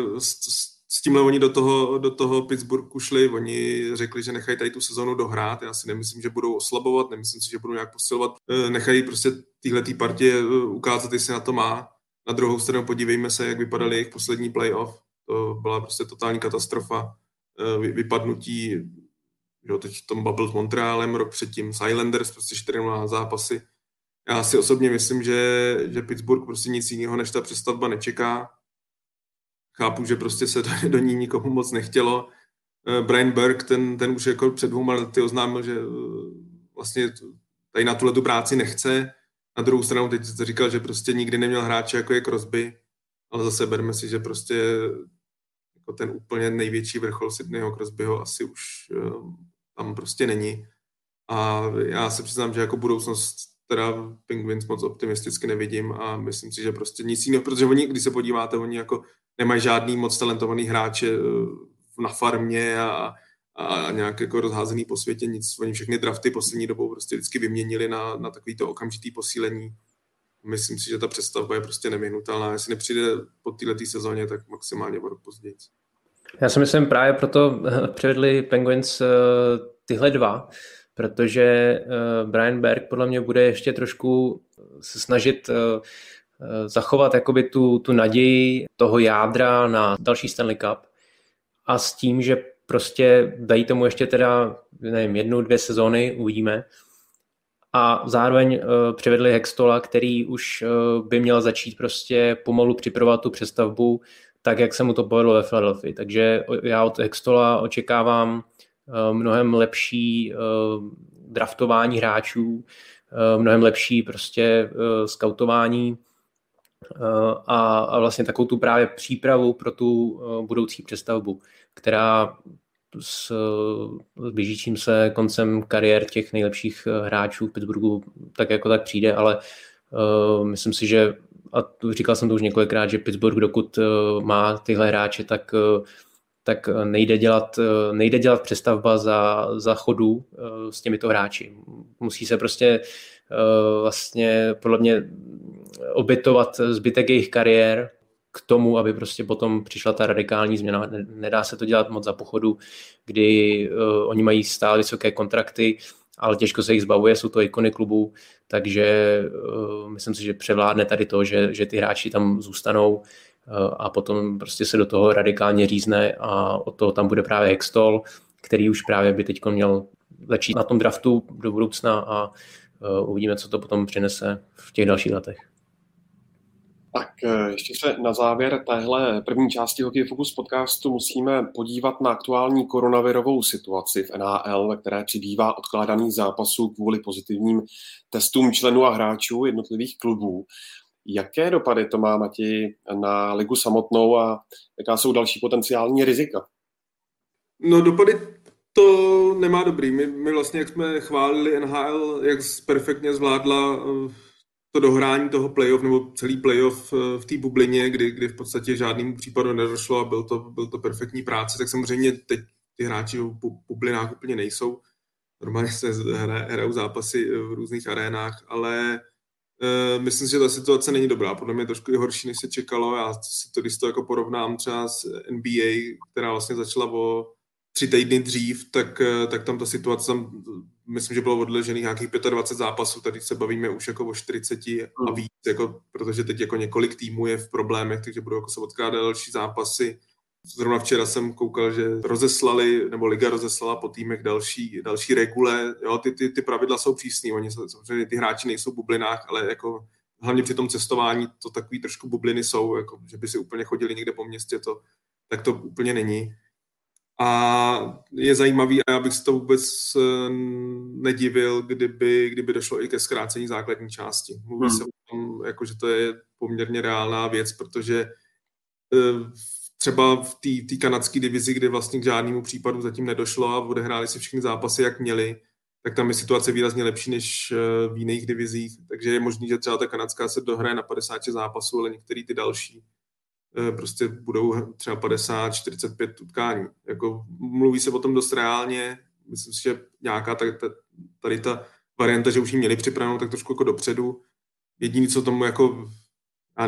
s tímhle oni do toho Pittsburghu šli, oni řekli, že nechají tady tu sezonu dohrát, já si nemyslím, že budou oslabovat, nemyslím si, že budou nějak posilovat, nechají prostě téhletý partie ukázat, jestli na to má. Na druhou stranu podívejme se, jak vypadaly jejich poslední playoff, to byla prostě totální katastrofa, vypadnutí, jo, teď v tom bubble s Montrealem, rok předtím s Islanders, prostě 4-0 zápasy. Já si osobně myslím, že Pittsburgh prostě nic jiného než ta přestavba nečeká. Chápu, že prostě se do ní nikomu moc nechtělo. Brian Burke, ten už jako před 2 lety oznámil, že vlastně tady na tuhletu práci nechce. Na druhou stranu teď říkal, že prostě nikdy neměl hráče jako je Crosby, ale zase berme si, že prostě jako ten úplně největší vrchol Sidneyho Crosbyho asi už tam prostě není. A já se přiznám, že jako budoucnost teda Penguins moc optimisticky nevidím a myslím si, že prostě nic jiného, protože oni, když se podíváte, oni jako nemají žádný moc talentovaný hráče na farmě a nějak jako rozházený po světě, nic. Oni všechny drafty poslední dobou prostě vždycky vyměnili na takovýto okamžitý posílení. Myslím si, že ta přestavba je prostě nevyhnutelná. Jestli nepřijde po této sezóně, tak maximálně o rok později. Já si myslím, právě proto přivedli Penguins tyhle dva, protože Brian Burke podle mě bude ještě trošku se snažit zachovat jakoby tu naději toho jádra na další Stanley Cup a s tím, že prostě dají tomu ještě teda, nevím, 1-2 sezóny, uvidíme. A zároveň přivedli Hextola, který už by měl začít prostě pomalu připravovat tu přestavbu, tak jak se mu to povedlo ve Philadelphii. Takže já od Hextola očekávám mnohem lepší draftování hráčů, mnohem lepší prostě skautování a vlastně takovou tu právě přípravu pro tu budoucí přestavbu, která s blížícím se koncem kariér těch nejlepších hráčů v Pittsburghu tak jako tak přijde, ale myslím si, že, a říkal jsem to už několikrát, že Pittsburgh, dokud má tyhle hráče, tak nejde dělat přestavba za chodu s těmito hráči. Musí se prostě vlastně podle mě obětovat zbytek jejich kariér k tomu, aby prostě potom přišla ta radikální změna. Nedá se to dělat moc za pochodu, kdy oni mají stále vysoké kontrakty, ale těžko se jich zbavuje, jsou to ikony klubů, takže myslím si, že převládne tady to, že ty hráči tam zůstanou a potom prostě se do toho radikálně řízne a od toho tam bude právě Hextall, který už právě by teď měl začít na tom draftu do budoucna a uvidíme, co to potom přinese v těch dalších letech. Tak ještě se na závěr téhle první části Hokej Focus podcastu musíme podívat na aktuální koronavirovou situaci v NHL, ve které přibývá odkládaných zápasů kvůli pozitivním testům členů a hráčů jednotlivých klubů. Jaké dopady to má, Mati, na ligu samotnou a jaká jsou další potenciální rizika? No dopady to nemá dobrý. My vlastně, jak jsme chválili NHL, jak perfektně zvládla to dohrání toho playoff nebo celý playoff v té bublině, kdy v podstatě žádnému případu nedošlo a byl to perfektní práce, tak samozřejmě teď ty hráči v bublinách úplně nejsou. Normálně se hrajou zápasy v různých arénách, ale myslím si, že ta situace není dobrá. Podle mě je trošku i horší, než se čekalo. Já si to, když to jako porovnám třeba s NBA, která vlastně začala o 3 týdny dřív, tak tam ta situace, myslím, že bylo odložených nějakých 25 zápasů, tady se bavíme už jako o 40 a víc, jako, protože teď jako několik týmů je v problémech, takže budou jako se odkládat další zápasy. Zrovna včera jsem koukal, že rozeslali, nebo liga rozeslala po týmech další regule. Jo, ty pravidla jsou přísný, oni samozřejmě ty hráči nejsou v bublinách, ale jako hlavně při tom cestování to takový trošku bubliny jsou, jako, že by si úplně chodili někde po městě, tak to úplně není. A je zajímavý, a já bych si to vůbec nedivil, kdyby došlo i ke zkrácení základní části. Mluví se o tom, jako, že to je poměrně reálná věc, protože třeba v té kanadské divizi, kde vlastně k žádnému případu zatím nedošlo a odehráli si všechny zápasy, jak měli, tak tam je situace výrazně lepší než v jiných divizích. Takže je možný, že třeba ta kanadská se dohraje na 50 zápasů, ale některý ty další prostě budou třeba 50, 45 utkání. Jako mluví se o tom dost reálně. Myslím si, že nějaká tady ta varianta, že už ji měli připravenou tak trošku jako dopředu. Jediný, co tomu jako, já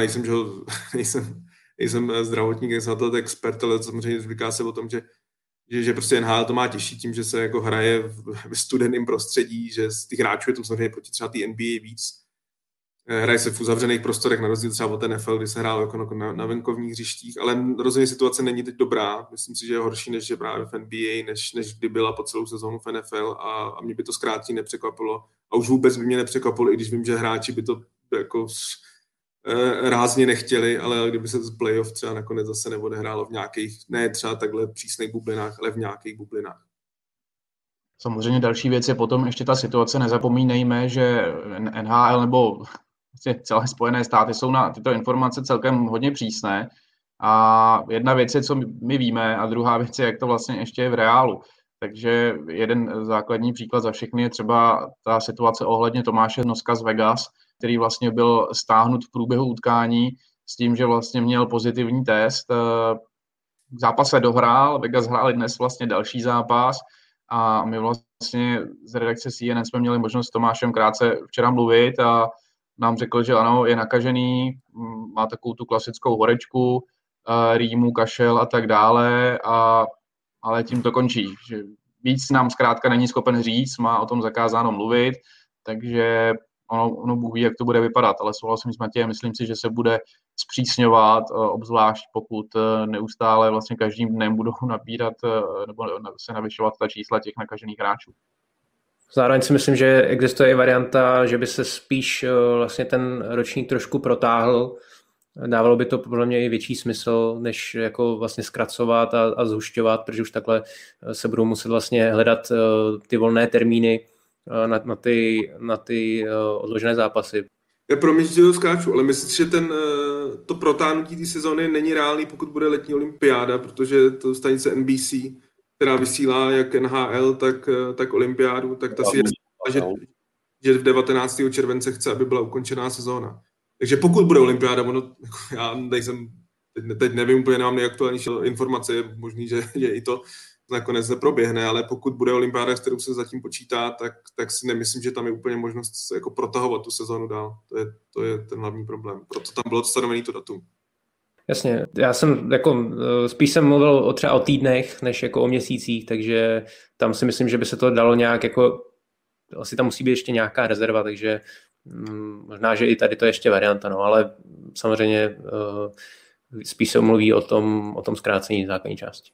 nejsem zdravotník, nejsem atlet expert, ale samozřejmě říká se o tom, že prostě NHL to má těžší tím, že se jako hraje v studeném prostředí, že z těch hráčů je to samozřejmě proti třeba té NBA víc. Hraje se v uzavřených prostorech, na rozdíl třeba od NFL, kdy se hrálo jako na venkovních hřištích, ale rozhodně situace není teď dobrá. Myslím si, že je horší, než je právě v NBA, než kdy byla po celou sezónu v NFL a mě by to zkrátí nepřekvapilo. A už vůbec by mě nepřekvapilo, i když vím, že hráči by to jako rázně nechtěli, ale kdyby se z playoff třeba nakonec zase neodehrálo v nějakých, ne třeba takhle přísných bublinách, ale v nějakých bublinách. Samozřejmě další věc je potom ještě ta situace. Nezapomínejme, že NHL nebo celé Spojené státy jsou na tyto informace celkem hodně přísné. A jedna věc je, co my víme, a druhá věc je, jak to vlastně ještě je v reálu. Takže jeden základní příklad za všechny je třeba ta situace ohledně Tomáše Noska z Vegas, který vlastně byl stáhnut v průběhu utkání s tím, že vlastně měl pozitivní test. Zápas se dohrál, Vegas hráli dnes vlastně další zápas a my vlastně z redakce CNN jsme měli možnost s Tomášem krátce včera mluvit a nám řekl, že ano, je nakažený, má takovou tu klasickou horečku, rýmu, kašel a tak dále, ale tím to končí. Že víc nám zkrátka není schopen říct, má o tom zakázáno mluvit, takže ono Bůh ví, jak to bude vypadat, ale souhlasím s Matějem, myslím si, že se bude zpřísňovat, obzvlášť pokud neustále vlastně každým dnem budou nabírat nebo se navyšovat ta čísla těch nakažených hráčů. Zároveň si myslím, že existuje i varianta, že by se spíš vlastně ten ročník trošku protáhl. Dávalo by to podle mě i větší smysl, než jako vlastně zkracovat a zhušťovat, protože už takhle se budou muset vlastně hledat ty volné termíny na ty odložené zápasy. Já promiň, že to skáču, ale myslím si, že to protáhnutí té sezóny není reálný, pokud bude letní olympiáda, protože to stanice NBC, která vysílá jak NHL, tak olympiádu, tak ta si je, že v 19. července chce, aby byla ukončená sezóna. Takže pokud bude olympiáda, já teď nevím, úplně nemám nejaktuálnější informace, je možný, že i to nakonec neproběhne, ale pokud bude olympiáda, s kterou se zatím počítá, tak si nemyslím, že tam je úplně možnost jako protahovat tu sezónu dál. To je ten hlavní problém. Proto tam bylo stanovený to datum. Jasně, já jsem spíš jsem mluvil třeba o týdnech, než jako o měsících, takže tam si myslím, že by se to dalo nějak jako, asi tam musí být ještě nějaká rezerva, takže možná, že i tady to je ještě varianta, no, ale samozřejmě spíš se mluví o tom zkrácení základní části.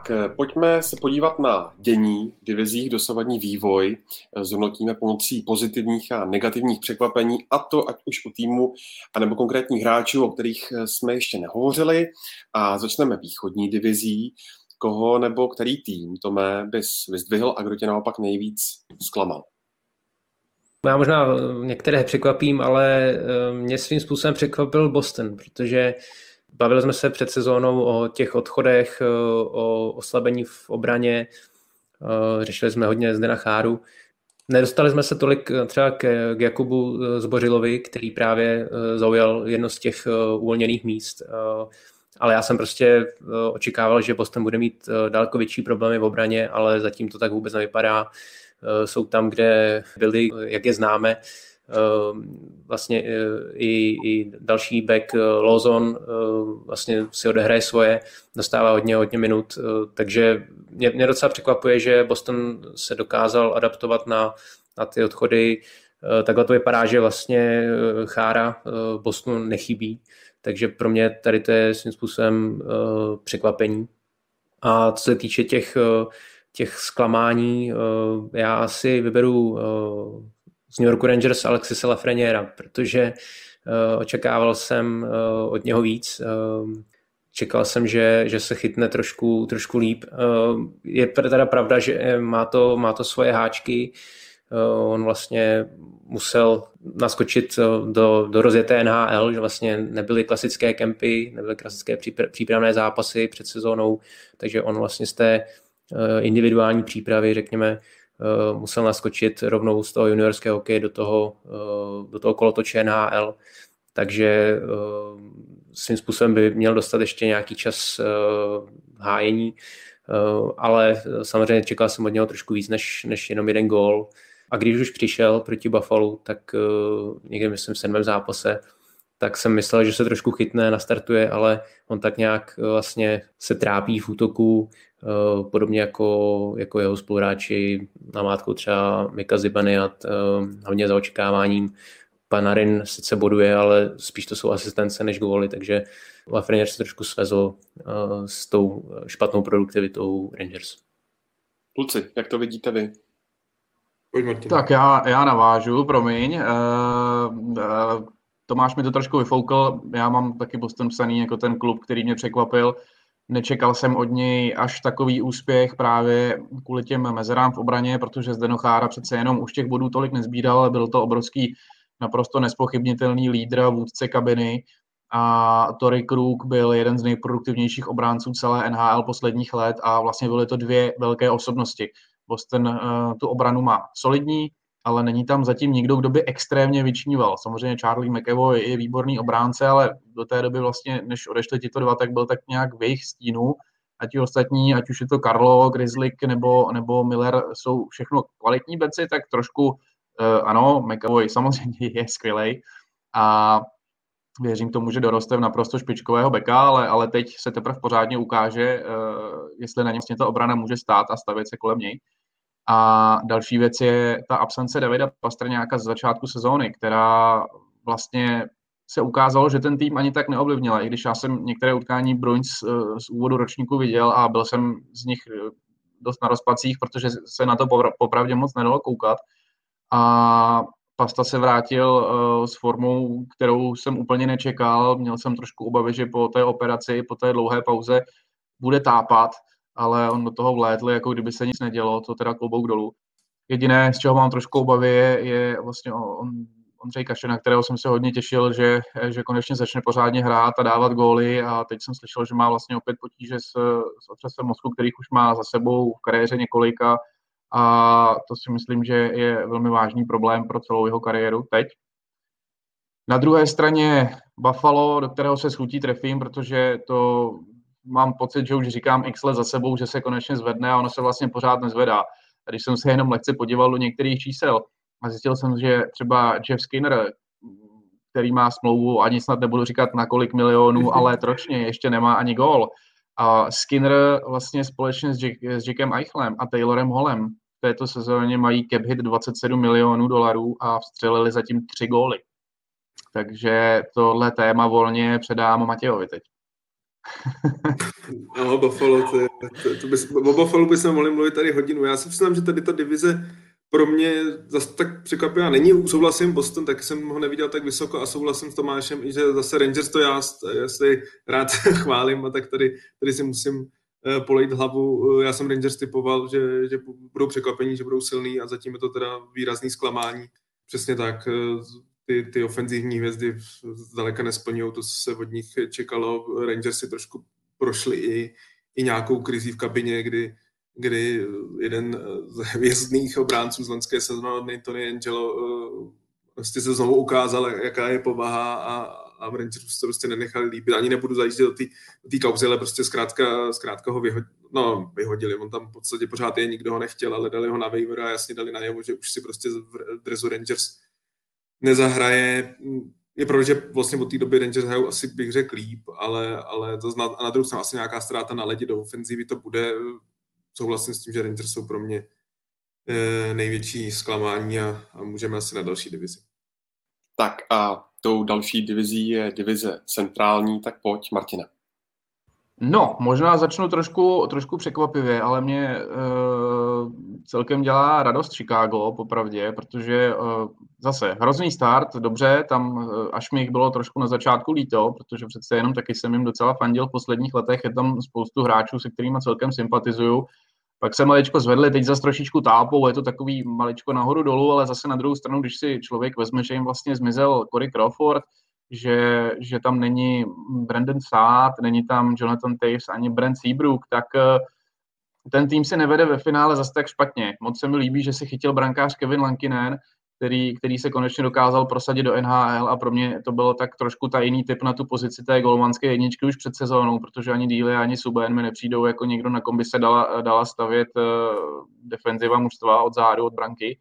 Tak pojďme se podívat na dění v divizích, dosavadní vývoj. Zhodnotíme pomocí pozitivních a negativních překvapení, a to ať už u týmu, anebo konkrétních hráčů, o kterých jsme ještě nehovořili. A začneme východní divizí. Koho nebo který tým, Tome, bys vyzdvihl a kdo tě naopak nejvíc zklamal? Já možná některé překvapím, ale mě svým způsobem překvapil Boston, protože bavili jsme se před sezónou o těch odchodech, o oslabení v obraně, řešili jsme hodně Zdena Cháru. Nedostali jsme se tolik třeba k Jakubu Zbořilovi, který právě zaujal jedno z těch uvolněných míst, ale já jsem prostě očekával, že Boston bude mít daleko větší problémy v obraně, ale zatím to tak vůbec nevypadá. Jsou tam, kde byli, jak je známe, vlastně i další back Lawson vlastně si odehraje svoje, dostává hodně minut, takže mě docela překvapuje, že Boston se dokázal adaptovat na ty odchody. Takhle to vypadá, že vlastně Chára Bostonu nechybí, takže pro mě tady to je svým způsobem překvapení. A co se týče těch zklamání, já asi vyberu z New Yorku Rangers Alexise Lafreniera, protože očekával jsem od něho víc. Čekal jsem, že se chytne trošku líp. Je teda pravda, že má to svoje háčky. On vlastně musel naskočit do rozjeté NHL, že vlastně nebyly klasické kempy, nebyly klasické přípravné zápasy před sezónou, takže on vlastně z té individuální přípravy, řekněme, musel naskočit rovnou z toho juniorského hokeje do toho kolotoče NHL, takže svým způsobem by měl dostat ještě nějaký čas hájení, ale samozřejmě čekal jsem od něho trošku víc než jenom jeden gól. A když už přišel proti Buffalo, tak někdy myslím v 7. zápase, tak jsem myslel, že se trošku chytne, nastartuje, ale on tak nějak vlastně se trápí v útoku, podobně jako jeho spoluhráči namátkou třeba Mika Zibanejad, hlavně za očekáváním. Panarin sice boduje, ale spíš to jsou asistence než góly, takže Lafreniere se trošku svezl s tou špatnou produktivitou Rangers. Kluci, jak to vidíte vy? Tak já navážu, promiň. Tomáš mi to trošku vyfoukl, já mám taky Boston psaný jako ten klub, který mě překvapil. Nečekal jsem od něj až takový úspěch právě kvůli těm mezerám v obraně, protože Zdeno Chára přece jenom už těch bodů tolik nezbíral, ale byl to obrovský, naprosto nespochybnitelný lídr a vůdce kabiny. A Torrey Krug byl jeden z nejproduktivnějších obránců celé NHL posledních let a vlastně byly to dvě velké osobnosti. Boston tu obranu má solidní, ale není tam zatím nikdo, kdo by extrémně vyčníval. Samozřejmě Charlie McAvoy je výborný obránce, ale do té doby vlastně, než odešli tito dva, tak byl tak nějak v jejich stínu. A ti ostatní, ať už je to Carlo, Grizzlick nebo Miller, jsou všechno kvalitní beci, tak trošku ano, McAvoy samozřejmě je skvělej a věřím tomu, že doroste v naprosto špičkového beka, ale teď se teprve pořádně ukáže, jestli na něm vlastně ta obrana může stát a stavět se kolem něj. A další věc je ta absence Davida Pastrňáka z začátku sezóny, která vlastně se ukázalo, že ten tým ani tak neovlivnila, i když já jsem některé utkání Bruins z úvodu ročníku viděl a byl jsem z nich dost na rozpacích, protože se na to popravdě moc nedalo koukat. A Pasta se vrátil s formou, kterou jsem úplně nečekal. Měl jsem trošku obavy, že po té operaci, po té dlouhé pauze bude tápat, ale on do toho vlétl, jako kdyby se nic nedělo, to teda klobouk dolů. Jediné, z čeho mám trošku obavy, je vlastně Ondřej Kaše, na kterého jsem se hodně těšil, že konečně začne pořádně hrát a dávat góly a teď jsem slyšel, že má vlastně opět potíže s otřesem mozku, kterých už má za sebou v kariéře několika a to si myslím, že je velmi vážný problém pro celou jeho kariéru teď. Na druhé straně Buffalo, do kterého se s chutí trefím, protože to mám pocit, že už říkám x let za sebou, že se konečně zvedne a ono se vlastně pořád nezvedá. A když jsem se jenom lehce podíval do některých čísel a zjistil jsem, že třeba Jeff Skinner, který má smlouvu, ani snad nebudu říkat na kolik milionů, ale ročně ještě nemá ani gól. A Skinner vlastně společně s Jackem Eichlem a Taylorem Hallem v této sezóně mají cap hit $27 milionů a vstřelili zatím 3 góly. Takže tohle téma volně předám Matějovi teď. No, Buffalo, o Buffalo bychom mohli mluvit tady hodinu. Já si myslím, že tady ta divize pro mě zase tak překvapivá není. Souhlasím, Boston, tak jsem ho neviděl tak vysoko a souhlasím s Tomášem, i že zase Rangers to já si rád chválím a tak tady si musím polejt hlavu. Já jsem Rangers typoval, že budou překvapení, že budou silný a zatím je to teda výrazný zklamání. Přesně tak, ty ofenzivní hvězdy zdaleka nesplňují to, co se od nich čekalo. Rangers si trošku prošli i nějakou krizí v kabině, kdy jeden z hvězdných obránců z loňské sezóny, Tony Angelo, prostě se znovu ukázal, jaká je povaha a v Rangers to prostě nenechali líbit. Ani nebudu zajíždět do té kauzy, ale prostě zkrátka ho vyhodili. On tam v podstatě pořád je, nikdo ho nechtěl, ale dali ho na waiver a jasně dali najevo, že už si prostě v dresu Rangers nezahraje. Je pravda, že vlastně od té doby Rangers hrajou asi bych řekl líp, ale na druhou stranu asi nějaká ztráta na ledě do ofenzívy to bude. Souhlasím s tím, že Rangers jsou pro mě největší zklamání a můžeme asi na další divizi. Tak a tou další divizí je divize centrální, tak pojď, Martina. No, možná začnu trošku překvapivě, ale mě celkem dělá radost Chicago, popravdě, protože zase hrozný start, dobře, tam až mi jich bylo trošku na začátku líto, protože přece jenom taky jsem jim docela fandil v posledních letech, je tam spoustu hráčů, se kterými celkem sympatizuju. Pak se maličko zvedli, teď zase trošičku tápou, je to takový maličko nahoru dolů, ale zase na druhou stranu, když si člověk vezme, že jim vlastně zmizel Corey Crawford, že tam není Brandon Saad, není tam Jonathan Toews ani Brent Seabrook, tak ten tým se nevede ve finále zase tak špatně. Moc se mi líbí, že si chytil brankář Kevin Lankinen, který se konečně dokázal prosadit do NHL a pro mě to bylo tak trošku tajný typ na tu pozici té golmanské jedničky už před sezónou, protože ani Díly, ani Subban mi nepřijdou jako někdo, na kom by se dala stavět defenziva mužstva od zádu, od branky.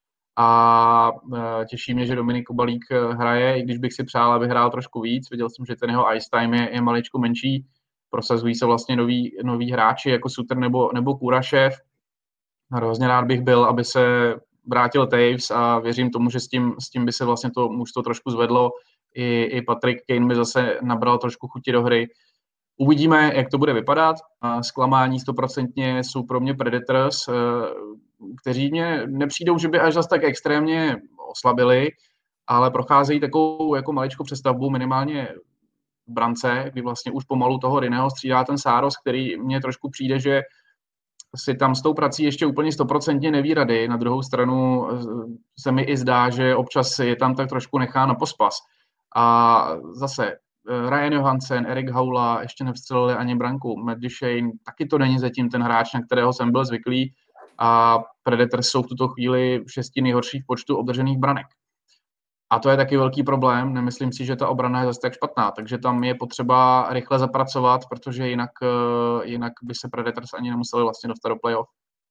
A těší mě, že Dominik Kubalík hraje, i když bych si přál, aby hrál trošku víc. Viděl jsem, že ten jeho ice time je maličko menší. Prosazují se vlastně noví hráči jako Suter nebo Kurašev. Hrozně rád bych byl, aby se vrátil Toews a věřím tomu, že s tím by se vlastně to mužstvo trošku zvedlo. I Patrick Kane by zase nabral trošku chuti do hry. Uvidíme, jak to bude vypadat. Zklamání 100% jsou pro mě Predators, kteří mě nepřijdou, že by až zase tak extrémně oslabili, ale procházejí takovou jako maličkou přestavbu minimálně v brance, kdy vlastně už pomalu toho Rinneho střídá ten Sáros, který mně trošku přijde, že si tam s tou prací ještě úplně 100% neví rady. Na druhou stranu se mi i zdá, že občas je tam tak trošku nechá na pospas. A zase Ryan Johansen, Erik Haula ještě nevstřelili ani branku. Matt Duchene, taky to není zatím ten hráč, na kterého jsem byl zvyklý. A Predators jsou v tuto chvíli v 6 nejhorších v počtu obdržených branek. A to je taky velký problém. Nemyslím si, že ta obrana je zase tak špatná, takže tam je potřeba rychle zapracovat, protože jinak by se Predators ani nemuseli vlastně dostat do playoff.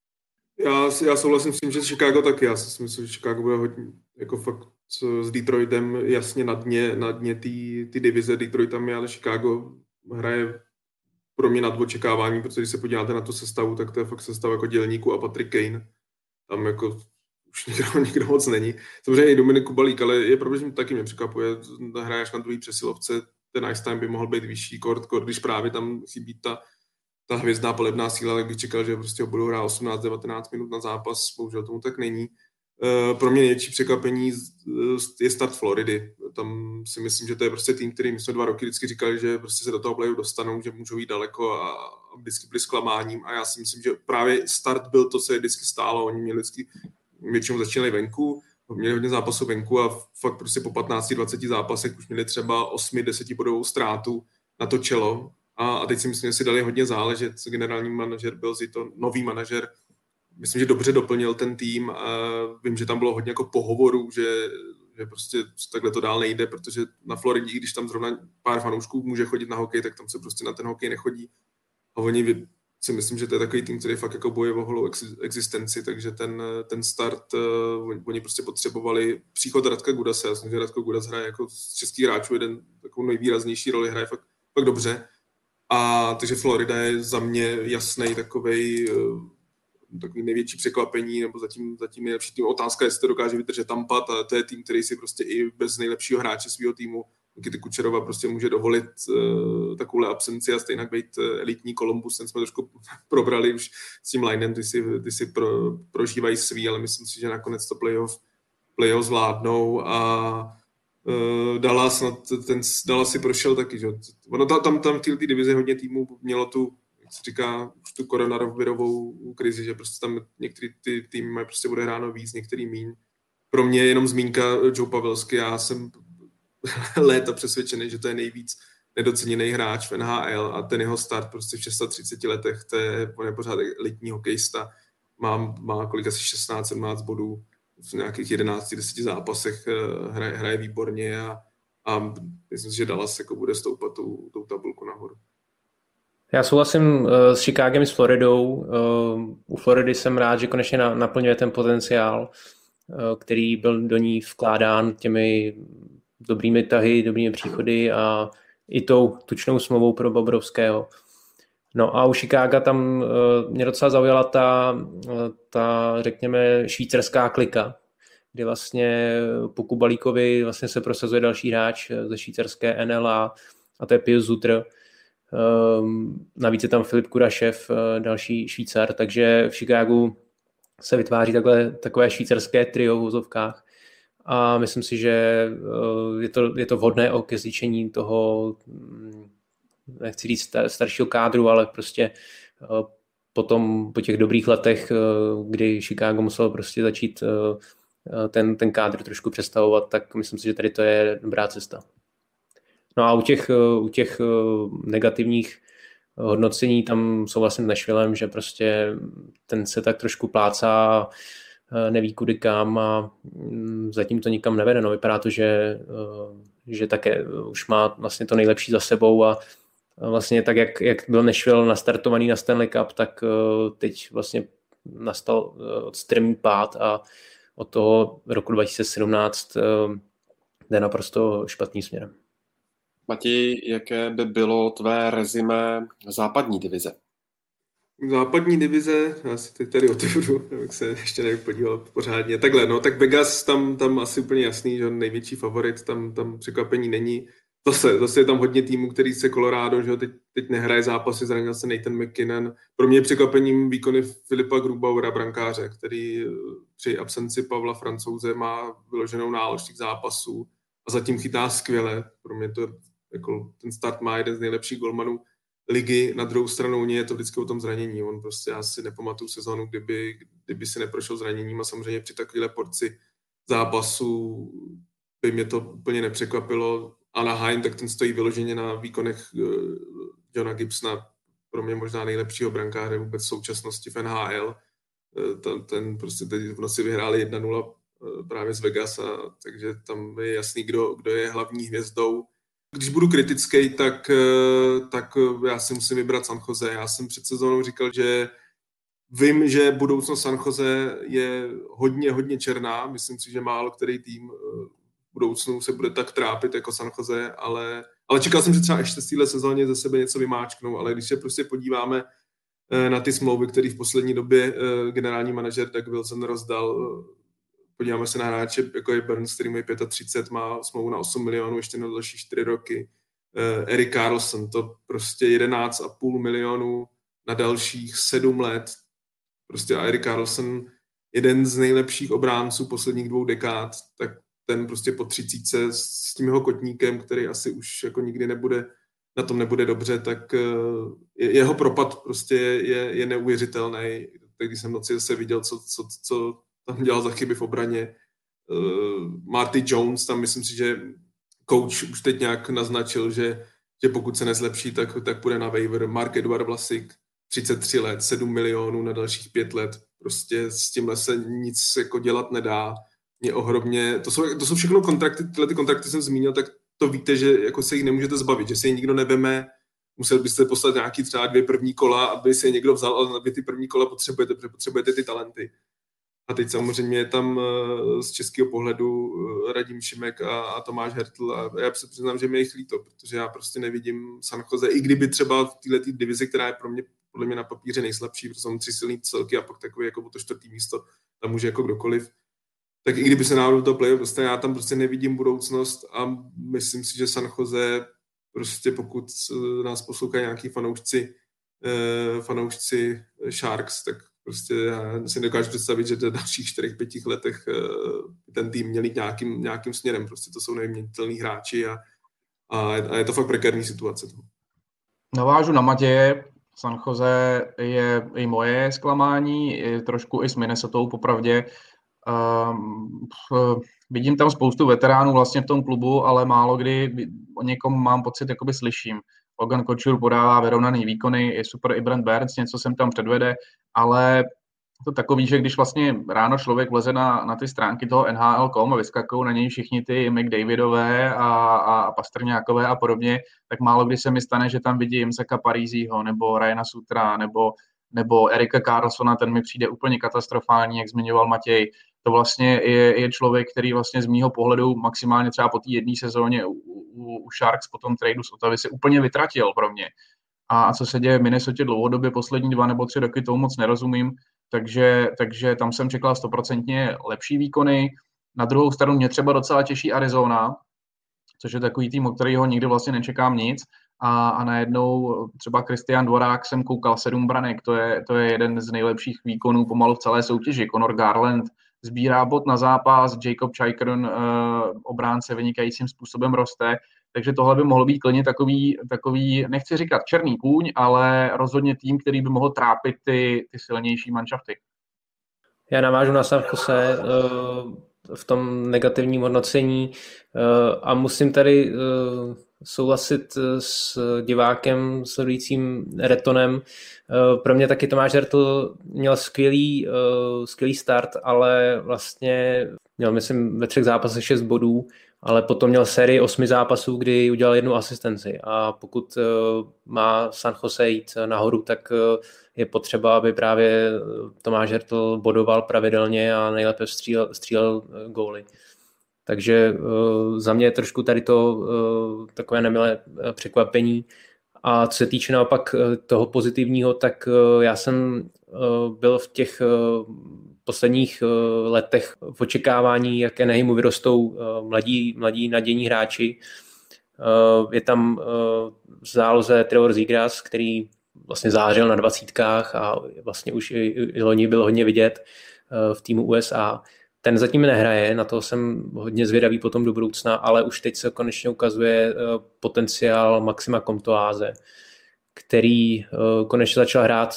Já souhlasím s tím, že Chicago taky. Já si myslím, že Chicago bude hodně jako fakt s Detroitem jasně na dně ty divize. Detroit tam je, ale Chicago hraje pro mě nad očekávání, protože když se podíváte na tu sestavu, tak to je fakt sestava jako Dělníku a Patrick Kane. Tam jako už nikdo moc není. Samozřejmě i Dominik Kubalík, ale je pravda, že taky mě překvapuje. Hraješ na druhý přesilovce, ten ice time by mohl být vyšší, když právě tam chybí ta hvězdná palebná síla, tak bych čekal, že prostě budou hrát 18-19 minut na zápas, bohužel tomu tak není. Pro mě největší překvapení je start Floridy. Tam si myslím, že to je prostě tým, který my jsme 2 roky vždycky říkali, že prostě se do toho playu dostanou, že můžou jít daleko a vždycky byli zklamáním. A já si myslím, že právě start byl to, co je vždycky stálo. Oni měli vždycky, většinou začínali venku, měli hodně zápasů venku a fakt prostě po 15-20 zápasech už měli třeba 8-10 bodovou ztrátu na to čelo. A teď si myslím, že si dali hodně záležet. Generální manažer byl to nový manažer. Myslím, že dobře doplnil ten tým. Vím, že tam bylo hodně jako pohovorů, že prostě takhle to dál nejde, protože na Floridě, když tam zrovna pár fanoušků může chodit na hokej, tak tam se prostě na ten hokej nechodí. A oni si myslím, že to je takový tým, který fakt jako boje o holou existenci, takže ten start, oni prostě potřebovali příchod Radka Gudase. Já myslím, že Radko Gudas hraje jako z českých hráčů jeden takovou nejvýraznější roli, hraje fakt dobře. A takže Florida je za mě jasnej takový největší překvapení, nebo zatím nejlepší tým. Otázka, jestli to dokáže vydržet Tampa, to je tým, který si prostě i bez nejlepšího hráče svého týmu Nikity Kučerova prostě může dovolit takovouhle absenci a stejně být elitní Columbus, ten jsme trošku probrali už s tím linem, ty si prožívají svý, ale myslím si, že nakonec to playoff zvládnou a Dallas si prošel taky, že? Ono tam v té divizi hodně týmů mělo tu, jak se říká, už tu koronavirovou krizi, že prostě tam některý ty týmy mají prostě odehráno víc, některý míň. Pro mě je jenom zmínka Joe Pavelski, já jsem léta přesvědčený, že to je nejvíc nedoceněný hráč v NHL a ten jeho start prostě v 36 letech, on je pořád elitní hokejista, má kolik asi 16-17 bodů v nějakých 11-10 zápasech, hraje výborně a myslím si, že Dallas jako bude stoupat tou tabulku nahoru. Já souhlasím s Chicagem, s Floridou. U Floridy jsem rád, že konečně naplňuje ten potenciál, který byl do ní vkládán těmi dobrými tahy, dobrými příchody a i tou tučnou smlouvou pro Bobrovského. No a u Chicaga tam mě docela zaujala ta řekněme, švýcarská klika, kdy vlastně po Kubalíkovi vlastně se prosazuje další hráč ze švýcarské NL a to je Pius Suter. Navíc je tam Filip Kurašev, další Švýcar, takže v Chicagu se vytváří takové švýcarské trio v vozovkách a myslím si, že je to vhodné ke zličení toho, nechci říct staršího kádru, ale prostě po těch dobrých letech, kdy Chicago muselo prostě začít ten kádr trošku přestavovat, tak myslím si, že tady to je dobrá cesta. No a u těch negativních hodnocení tam souhlasím s Nashvillem, že prostě ten se tak trošku plácá, neví kudy kam a zatím to nikam nevede. No, vypadá to, že také už má vlastně to nejlepší za sebou a vlastně tak, jak byl Nashville nastartovaný na Stanley Cup, tak teď vlastně nastal strmý pád a od toho roku 2017 jde naprosto špatným směrem. Matěj, jaké by bylo tvé rezime západní divize? Západní divize, já si teď tady otevřu, abych se ještě nepodíval pořádně. Takhle, no, tak Vegas tam asi úplně jasný, že největší favorit, tam překvapení není. Zase je tam hodně týmů, který se Colorado, že teď nehraje zápasy, zranil se Nathan McKinnon. Pro mě je překvapením výkony Filipa Grubauera, brankáře, který při absenci Pavla Francouze má vyloženou nálož těch zápasů a zatím chytá skvěle. Pro mě to jako ten start má jeden z nejlepších golmanů ligy. Na druhou stranu je to vždycky o tom zranění. On prostě, já si nepamatuju sezónu, kdyby si neprošel zraněním a samozřejmě při takovéhle porci zápasů by mě to úplně nepřekvapilo. Anaheim, tak ten stojí vyloženě na výkonech Johna Gibsona, pro mě možná nejlepšího brankáře vůbec v současnosti v NHL. Ten prostě teď v noci vyhráli 1-0 právě z Vegasa, takže tam je jasný, kdo je hlavní hvězdou. Když budu kritický, tak já si musím vybrat San Jose. Já jsem před sezónou říkal, že vím, že budoucnost San Jose je hodně černá. Myslím si, že málo který tým v budoucnu se bude tak trápit jako San Jose, ale čekal jsem, že třeba ještě z téhle sezóně ze sebe něco vymáčknou, ale když se prostě podíváme na ty smlouvy, které v poslední době generální manažer Doug Wilson rozdal, podíváme se na hráče, jako je Burns, který má 35, má smlouvu na 8 milionů, ještě na další 4 roky. Erik Karlsson, to prostě 11,5 milionů na dalších 7 let. Prostě a Erik Karlsson, jeden z nejlepších obránců posledních 2 dekád, tak ten prostě po 30 s tím jeho kotníkem, který asi už jako nikdy na tom nebude dobře, tak jeho propad prostě je neuvěřitelný. Tak když jsem v noci zase viděl, co tam dělal za chyby v obraně. Marty Jones, tam myslím si, že coach už teď nějak naznačil, že pokud se nezlepší, tak půjde na waiver. Marc-Edouard Vlasic, 33 let, 7 milionů na dalších 5 let. Prostě s tímhle se nic jako dělat nedá. Mě ohromně, to jsou všechno kontrakty, tyhle ty kontrakty jsem zmínil, tak to víte, že jako se jich nemůžete zbavit, že se jich nikdo neveme, musel byste poslat nějaký třeba 2 první kola, aby se je někdo vzal, ale vy ty první kola potřebujete, protože potřebujete ty talenty. A teď samozřejmě je tam z českého pohledu Radim Šimek a Tomáš Hertl a já se přiznám, že mě jich líto, protože já prostě nevidím San Jose, i kdyby třeba v této divizi, která je podle mě na papíře nejslabší, protože jsou 3 silný celky a pak takový jako to 4. místo, tam může jako kdokoliv. tak i kdyby se náhodou to playoff dostane, já tam prostě nevidím budoucnost a myslím si, že San Jose prostě pokud nás poslouchají nějaký fanoušci Sharks, tak prostě já si nedokážu představit, že v dalších 4-5 letech ten tým měl jít nějakým směrem. Prostě to jsou nevyměnitelní hráči a je to fakt prekérní situace. Navážu na Matěje. San Jose je i moje zklamání, je trošku i s Minnesotou popravdě. Vidím tam spoustu veteránů vlastně v tom klubu, ale málo kdy o někom mám pocit, jakoby slyším. Logan Couture podává vyrovnaný výkony, je super i Brent Burns, něco sem tam předvede, ale to takový, že když vlastně ráno člověk vleze na ty stránky toho NHL.com a vyskakují na něj všichni ty McDavidové a Pastrňákové a podobně, tak málo kdy se mi stane, že tam vidím Zeka Parízího nebo Ryana Sutra nebo Erika Carlsona, ten mi přijde úplně katastrofální, jak zmiňoval Matěj. To vlastně je člověk, který vlastně z mýho pohledu maximálně třeba po té jedné sezóně u Sharks po tom tradu z Ottawy se úplně vytratil pro mě. A co se děje v Minnesotě dlouhodobě, poslední 2 nebo 3 roky, tomu moc nerozumím, takže tam jsem čekal 100% lepší výkony. Na druhou stranu mě třeba docela těší Arizona, což je takový tým, o kterého nikdy vlastně nečekám nic. A najednou třeba Christian Dvorák jsem koukal 7 branek, to je jeden z nejlepších výkonů pomalu v celé soutěži. Conor Garland sbírá bod na zápas, Jacob Chikrin, obránce, vynikajícím způsobem roste, takže tohle by mohlo být klidně takový, nechci říkat černý kůň, ale rozhodně tým, který by mohl trápit ty silnější manšafty. Já navážu na San Jose v tom negativním hodnocení a musím tady souhlasit s divákem sledujícím Retonem. Pro mě taky Tomáš Hertl měl skvělý start, ale vlastně měl, myslím, ve 3 zápasech 6 bodů, ale potom měl sérii 8 zápasů, kdy udělal 1 asistenci. A pokud má San Jose jít nahoru, tak je potřeba, aby právě Tomáš Hertl bodoval pravidelně a nejlépe střílel góly. Takže za mě je trošku tady to takové nemilé překvapení. A co se týče naopak toho pozitivního, tak já jsem byl v těch posledních letech v očekávání, jak Anaheimu vyrostou mladí nadějní hráči. Je tam v záloze Trevor Zegras, který vlastně zářil na 20 a vlastně už i loni byl hodně vidět v týmu USA. Ten zatím nehraje, na to jsem hodně zvědavý potom do budoucna, ale už teď se konečně ukazuje potenciál Maxima Comtoise, který konečně začal hrát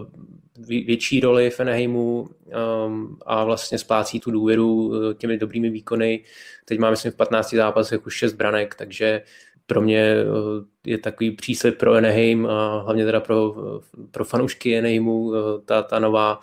větší roli v Anaheimu a vlastně splácí tu důvěru těmi dobrými výkony. Teď máme, myslím, v 15 zápasech už 6 branek, takže pro mě je takový příslib pro Anaheim a hlavně teda pro fanoušky Anaheimu ta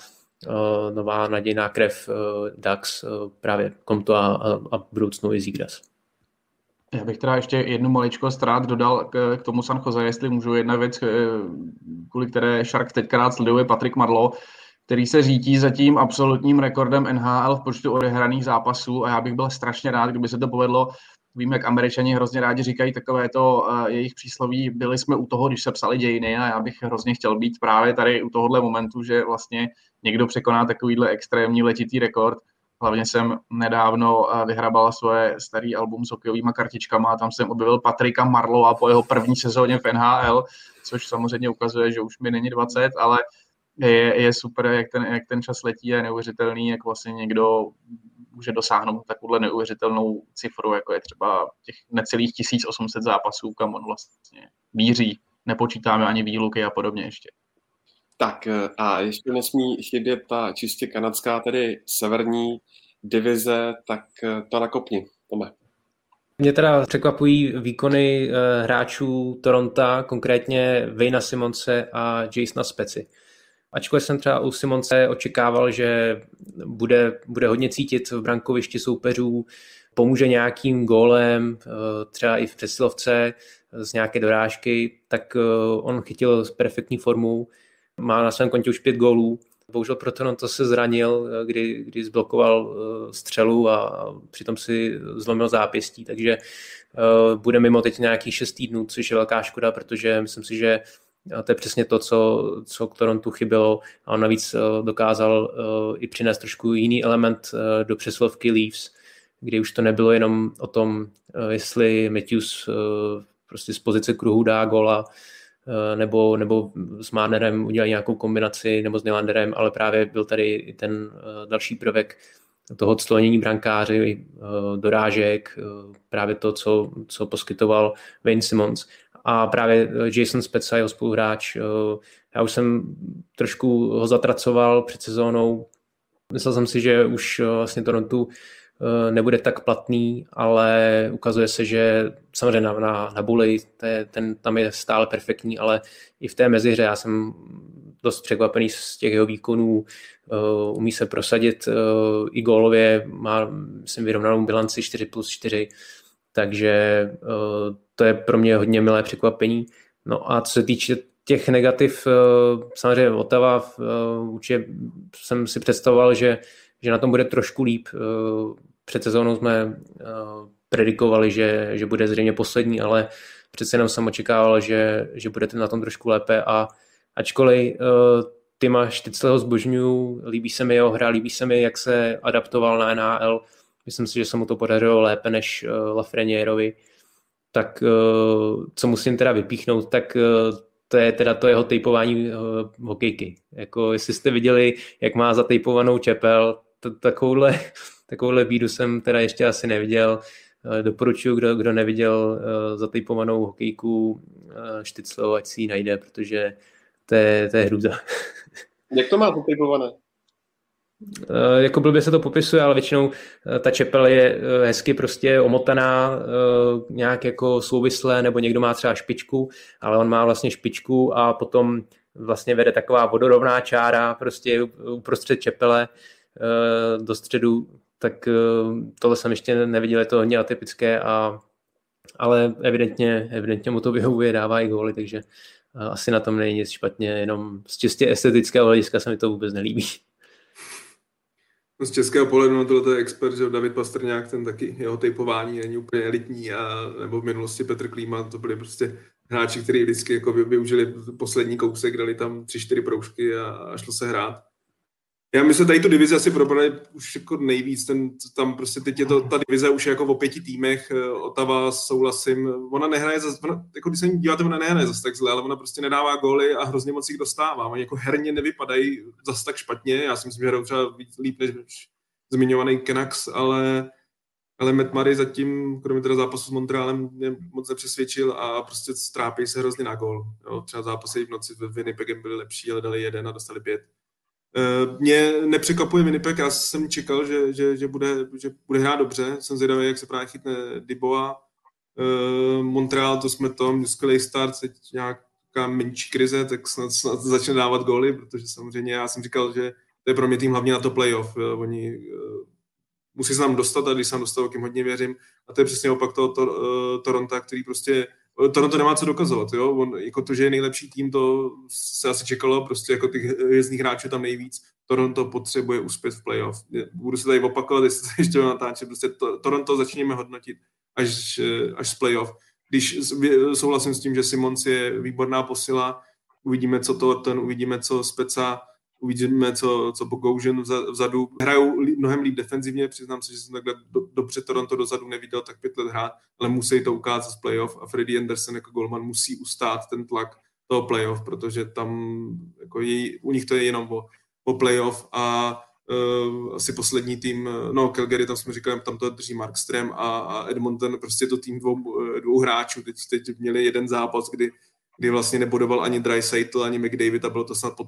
nová nadějná krev Ducks, právě Comto a v budoucnu i Zegras. Já bych teda ještě jednu maličkost rád dodal k tomu San Jose, jestli můžu. Jedna věc, kvůli které Sharks teďka rád sleduje, Patrick Marleau, který se řítí za tím absolutním rekordem NHL v počtu odehraných zápasů a já bych byl strašně rád, kdyby se to povedlo. Vím, jak Američani hrozně rádi říkají takové to jejich přísloví, byli jsme u toho, když se psali dějiny a já bych hrozně chtěl být právě tady u tohohle momentu, že vlastně někdo překoná takovýhle extrémní letitý rekord. Hlavně jsem nedávno vyhrabal svoje starý album s hokejovýma kartičkama a tam jsem objevil Patricka Marleaua po jeho první sezóně v NHL, což samozřejmě ukazuje, že už mi není 20, ale je super, jak ten čas letí, je neuvěřitelný, jak vlastně někdo může dosáhnout takovouhle neuvěřitelnou cifru, jako je třeba těch necelých 1800 zápasů, kam on vlastně míří. Nepočítáme ani výluky a podobně ještě. Tak a ještě nesmí chybět ta čistě kanadská, tedy severní divize, tak to nakopni, Tome. Mě teda překvapují výkony hráčů Toronto, konkrétně Wayna Simonse a Jasona Speci. Ačkoliv jsem třeba u Simonse očekával, že bude hodně cítit v brankovišti soupeřů, pomůže nějakým gólem, třeba i v přesilovce z nějaké dorážky, tak on chytil perfektní formu, má na svém kontě už 5 gólů. Bohužel pro Toronto se zranil, kdy zblokoval střelu a přitom si zlomil zápěstí, takže bude mimo teď nějakých 6 týdnů, což je velká škoda, protože myslím si, že A to je přesně to, co k Torontu chybělo. A on navíc dokázal i přinést trošku jiný element do přesilovky Leafs, kdy už to nebylo jenom o tom, jestli Matthews prostě z pozice kruhu dá góla, nebo s Marnerem udělají nějakou kombinaci, nebo s Nylanderem, ale právě byl tady i ten další prvek toho clonění brankáři, dorážek, právě to, co poskytoval Wayne Simmonds. A právě Jason Spezza, jeho spoluhráč, já už jsem trošku ho zatracoval před sezónou. Myslel jsem si, že už vlastně Toronto nebude tak platný, ale ukazuje se, že samozřejmě na buli ten tam je stále perfektní, ale i v té mezihře já jsem dost překvapený z těch jeho výkonů, umí se prosadit i gólově, má myslím vyrovnanou bilanci 4+4, takže to je pro mě hodně milé překvapení. No a co se týče těch negativ, samozřejmě Ottawa, určitě jsem si představoval, že na tom bude trošku líp. Před sezónou jsme predikovali, že bude zřejmě poslední, ale přece jenom jsem očekával, že bude na tom trošku lépe a ačkoliv Tima Stützleho zbožňuju, líbí se mi jeho hra, líbí se mi, jak se adaptoval na NHL, myslím si, že se mu to podařilo lépe než Lafrenierovi, tak co musím teda vypíchnout, tak to je teda to jeho tejpování hokejky. Jako jestli jste viděli, jak má zatejpovanou čepel, takovouhle bídu jsem teda ještě asi neviděl. Doporučuji, kdo neviděl zatejpovanou hokejku Stützleho, ať si ji najde, protože to je hrůza. Jak to má zatejpované? Jako blbě se to popisuje, ale většinou ta čepel je hezky prostě omotaná nějak jako souvislé, nebo někdo má třeba špičku, ale on má vlastně špičku a potom vlastně vede taková vodorovná čára prostě uprostřed čepele do středu, tak tohle jsem ještě neviděl, je to hodně atypické, ale evidentně mu to vyhovuje, dává i góly, takže asi na tom není nic špatně, jenom z čistě estetického hlediska se mi to vůbec nelíbí. No z českého pohledu na tohle je expert, že David Pastrňák, ten taky jeho typování není úplně elitní, nebo v minulosti Petr Klíma, to byli prostě hráči, kteří vždycky jako využili poslední kousek, dali tam 3-4 proužky a šlo se hrát. Já myslím, že tady tu divizi asi probrali už jako nejvíc, tam prostě teď je ta divize už jako o 5 týmech, Ottawa souhlasím, ona nehraje, jako když se ní díváte, ona nehraje zase tak zle, ale ona prostě nedává góly a hrozně moc jich dostává, oni jako herně nevypadají zase tak špatně, já si myslím, že hrajou třeba líp než zmiňovaný Canucks, ale Matt Murray zatím, kromě teda zápasu s Montrealem, mě moc nepřesvědčil a prostě strápí se hrozně na gól. Jo, třeba zápasy v noci ve Winnipegem byly lepší, ale dali 1 a dostali 5. Mě nepřekvapuje Winnipeg, já jsem čekal, že bude hrát dobře, jsem zvědavý, jak se právě chytne Dubois. Montreal, to jsme tam, skvělý start, teď nějaká menší krize, tak snad začne dávat góly, protože samozřejmě já jsem říkal, že to je pro mě tým hlavně na to playoff. Oni musí se nám dostat a když se nám dostal, k jim hodně věřím. A to je přesně opak toho Toronto, který prostě Toronto nemá co dokazovat, jo? On, jako to, že je nejlepší tým, to se asi čekalo, prostě jako těch hvězdných hráčů tam nejvíc. Toronto potřebuje uspět v playoff. Budu se tady opakovat, jestli se ještě natáčet, prostě Toronto začněme hodnotit až z playoff. Když souhlasím s tím, že Simmonds je výborná posila, uvidíme, co Thornton, uvidíme, co Spezza, uvidíme, co Bogosian vzadu. Hrajou mnohem líp defenzivně, přiznám se, že jsem takhle dobře Toronto dozadu neviděl tak 5 let hrát, ale musí to ukázat z playoff a Freddie Anderson jako golman musí ustát ten tlak toho playoff, protože tam jako u nich to je jenom o playoff a asi poslední tým, Calgary, tam jsme říkali, tam to drží Markström a Edmonton, prostě to tým dvou hráčů. Teď měli jeden zápas, kdy vlastně nebodoval ani Draisaitl, ani McDavid a bylo to snad po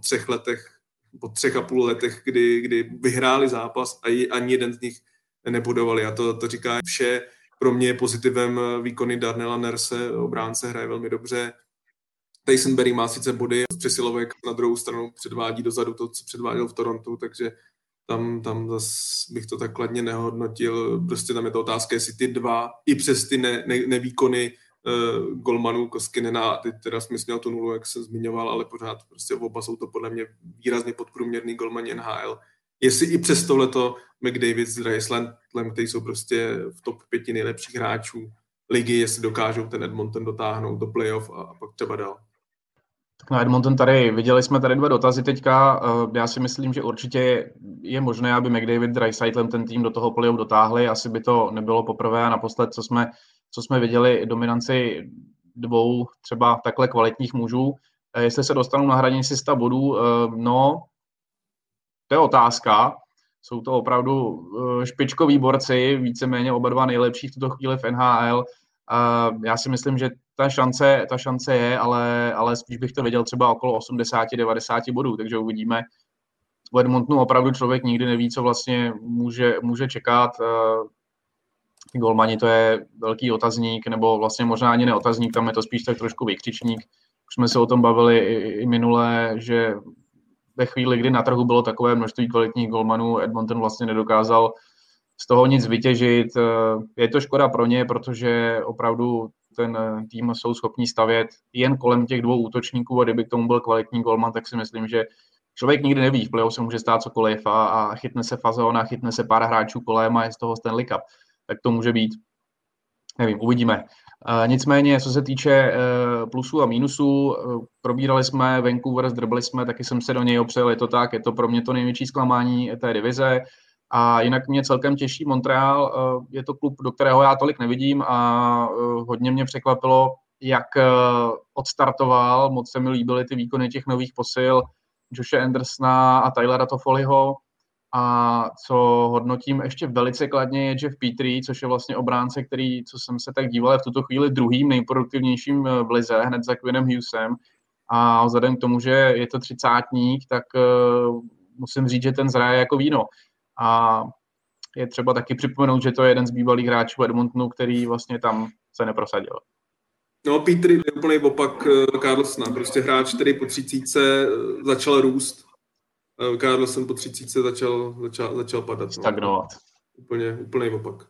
3,5 letech, kdy vyhráli zápas a ani jeden z nich nebodovali. A to říká vše. Pro mě je pozitivem výkony Darnella Nurse, obránce hraje velmi dobře. Tyson Barrie má sice body z přesilovek, na druhou stranu předvádí dozadu to, co předváděl v Torontu, takže tam zase bych to tak kladně nehodnotil. Prostě tam je to otázka, jestli ty dva, i přes ty nevýkony golmanů Koskinena, teď teda jsem měl tu 0, jak jsem zmiňoval, ale pořád prostě oba jsou to podle mě výrazně podprůměrný golmani NHL. Jestli i přes tohleto McDavid s Dreislandem, kteří jsou prostě v top 5 nejlepších hráčů ligy, jestli dokážou ten Edmonton dotáhnout do playoff a pak třeba dál. Tak na Edmonton viděli jsme tady 2 dotazy teďka. Já si myslím, že určitě je možné, aby McDavid Draisaitlem ten tým do toho playoff dotáhli. Asi by to nebylo poprvé a naposled, co jsme viděli dominanci 2 třeba takhle kvalitních mužů. Jestli se dostanou na hranici 100 bodů, no, to je otázka. Jsou to opravdu špičkoví borci, víceméně oba 2 nejlepší v tuto chvíli v NHL. Já si myslím, že ta šance je, ale spíš bych to viděl třeba okolo 80-90 bodů, takže uvidíme. U Edmontonu opravdu člověk nikdy neví, co vlastně může čekat. Golmani to je velký otazník, nebo vlastně možná ani neotazník, tam je to spíš tak trošku vykřičník. Už jsme se o tom bavili i minule, že ve chvíli, kdy na trhu bylo takové množství kvalitních golmanů, Edmonton vlastně nedokázal z toho nic vytěžit. Je to škoda pro ně, protože opravdu ten tým jsou schopní stavět jen kolem těch 2 útočníků a kdyby k tomu byl kvalitní golman, tak si myslím, že člověk nikdy neví, v playoff se může stát cokoliv a chytne se fazona, chytne se pár hráčů kolem a je z toho Stanley Cup. Tak to může být. Nevím, uvidíme. Nicméně, co se týče plusů a mínusů, probírali jsme Vancouver, zdrbali jsme, taky jsem se do něj opřel, je to tak, je to pro mě to největší zklamání té divize. A jinak mě celkem těší Montreal, je to klub, do kterého já tolik nevidím a hodně mě překvapilo, jak odstartoval, moc se mi líbily ty výkony těch nových posil, Joshe Andersona a Tylera Toffoliho. A co hodnotím ještě velice kladně je Jeff Petrie, což je vlastně obránce, který, co jsem se tak díval, je v tuto chvíli 2. nejproduktivnějším v lize, hned za Quinnem Hughesem. A vzhledem k tomu, že je to 30-tník, tak musím říct, že ten zraje jako víno. A je třeba taky připomenout, že to je jeden z bývalých hráčů Edmontonu, který vlastně tam se neprosadil. No, Petrie je úplný opak Karlssona, prostě hráč, který po 30 začal růst. Karlsson po 30 začal padat. Stagnovat. Úplný opak.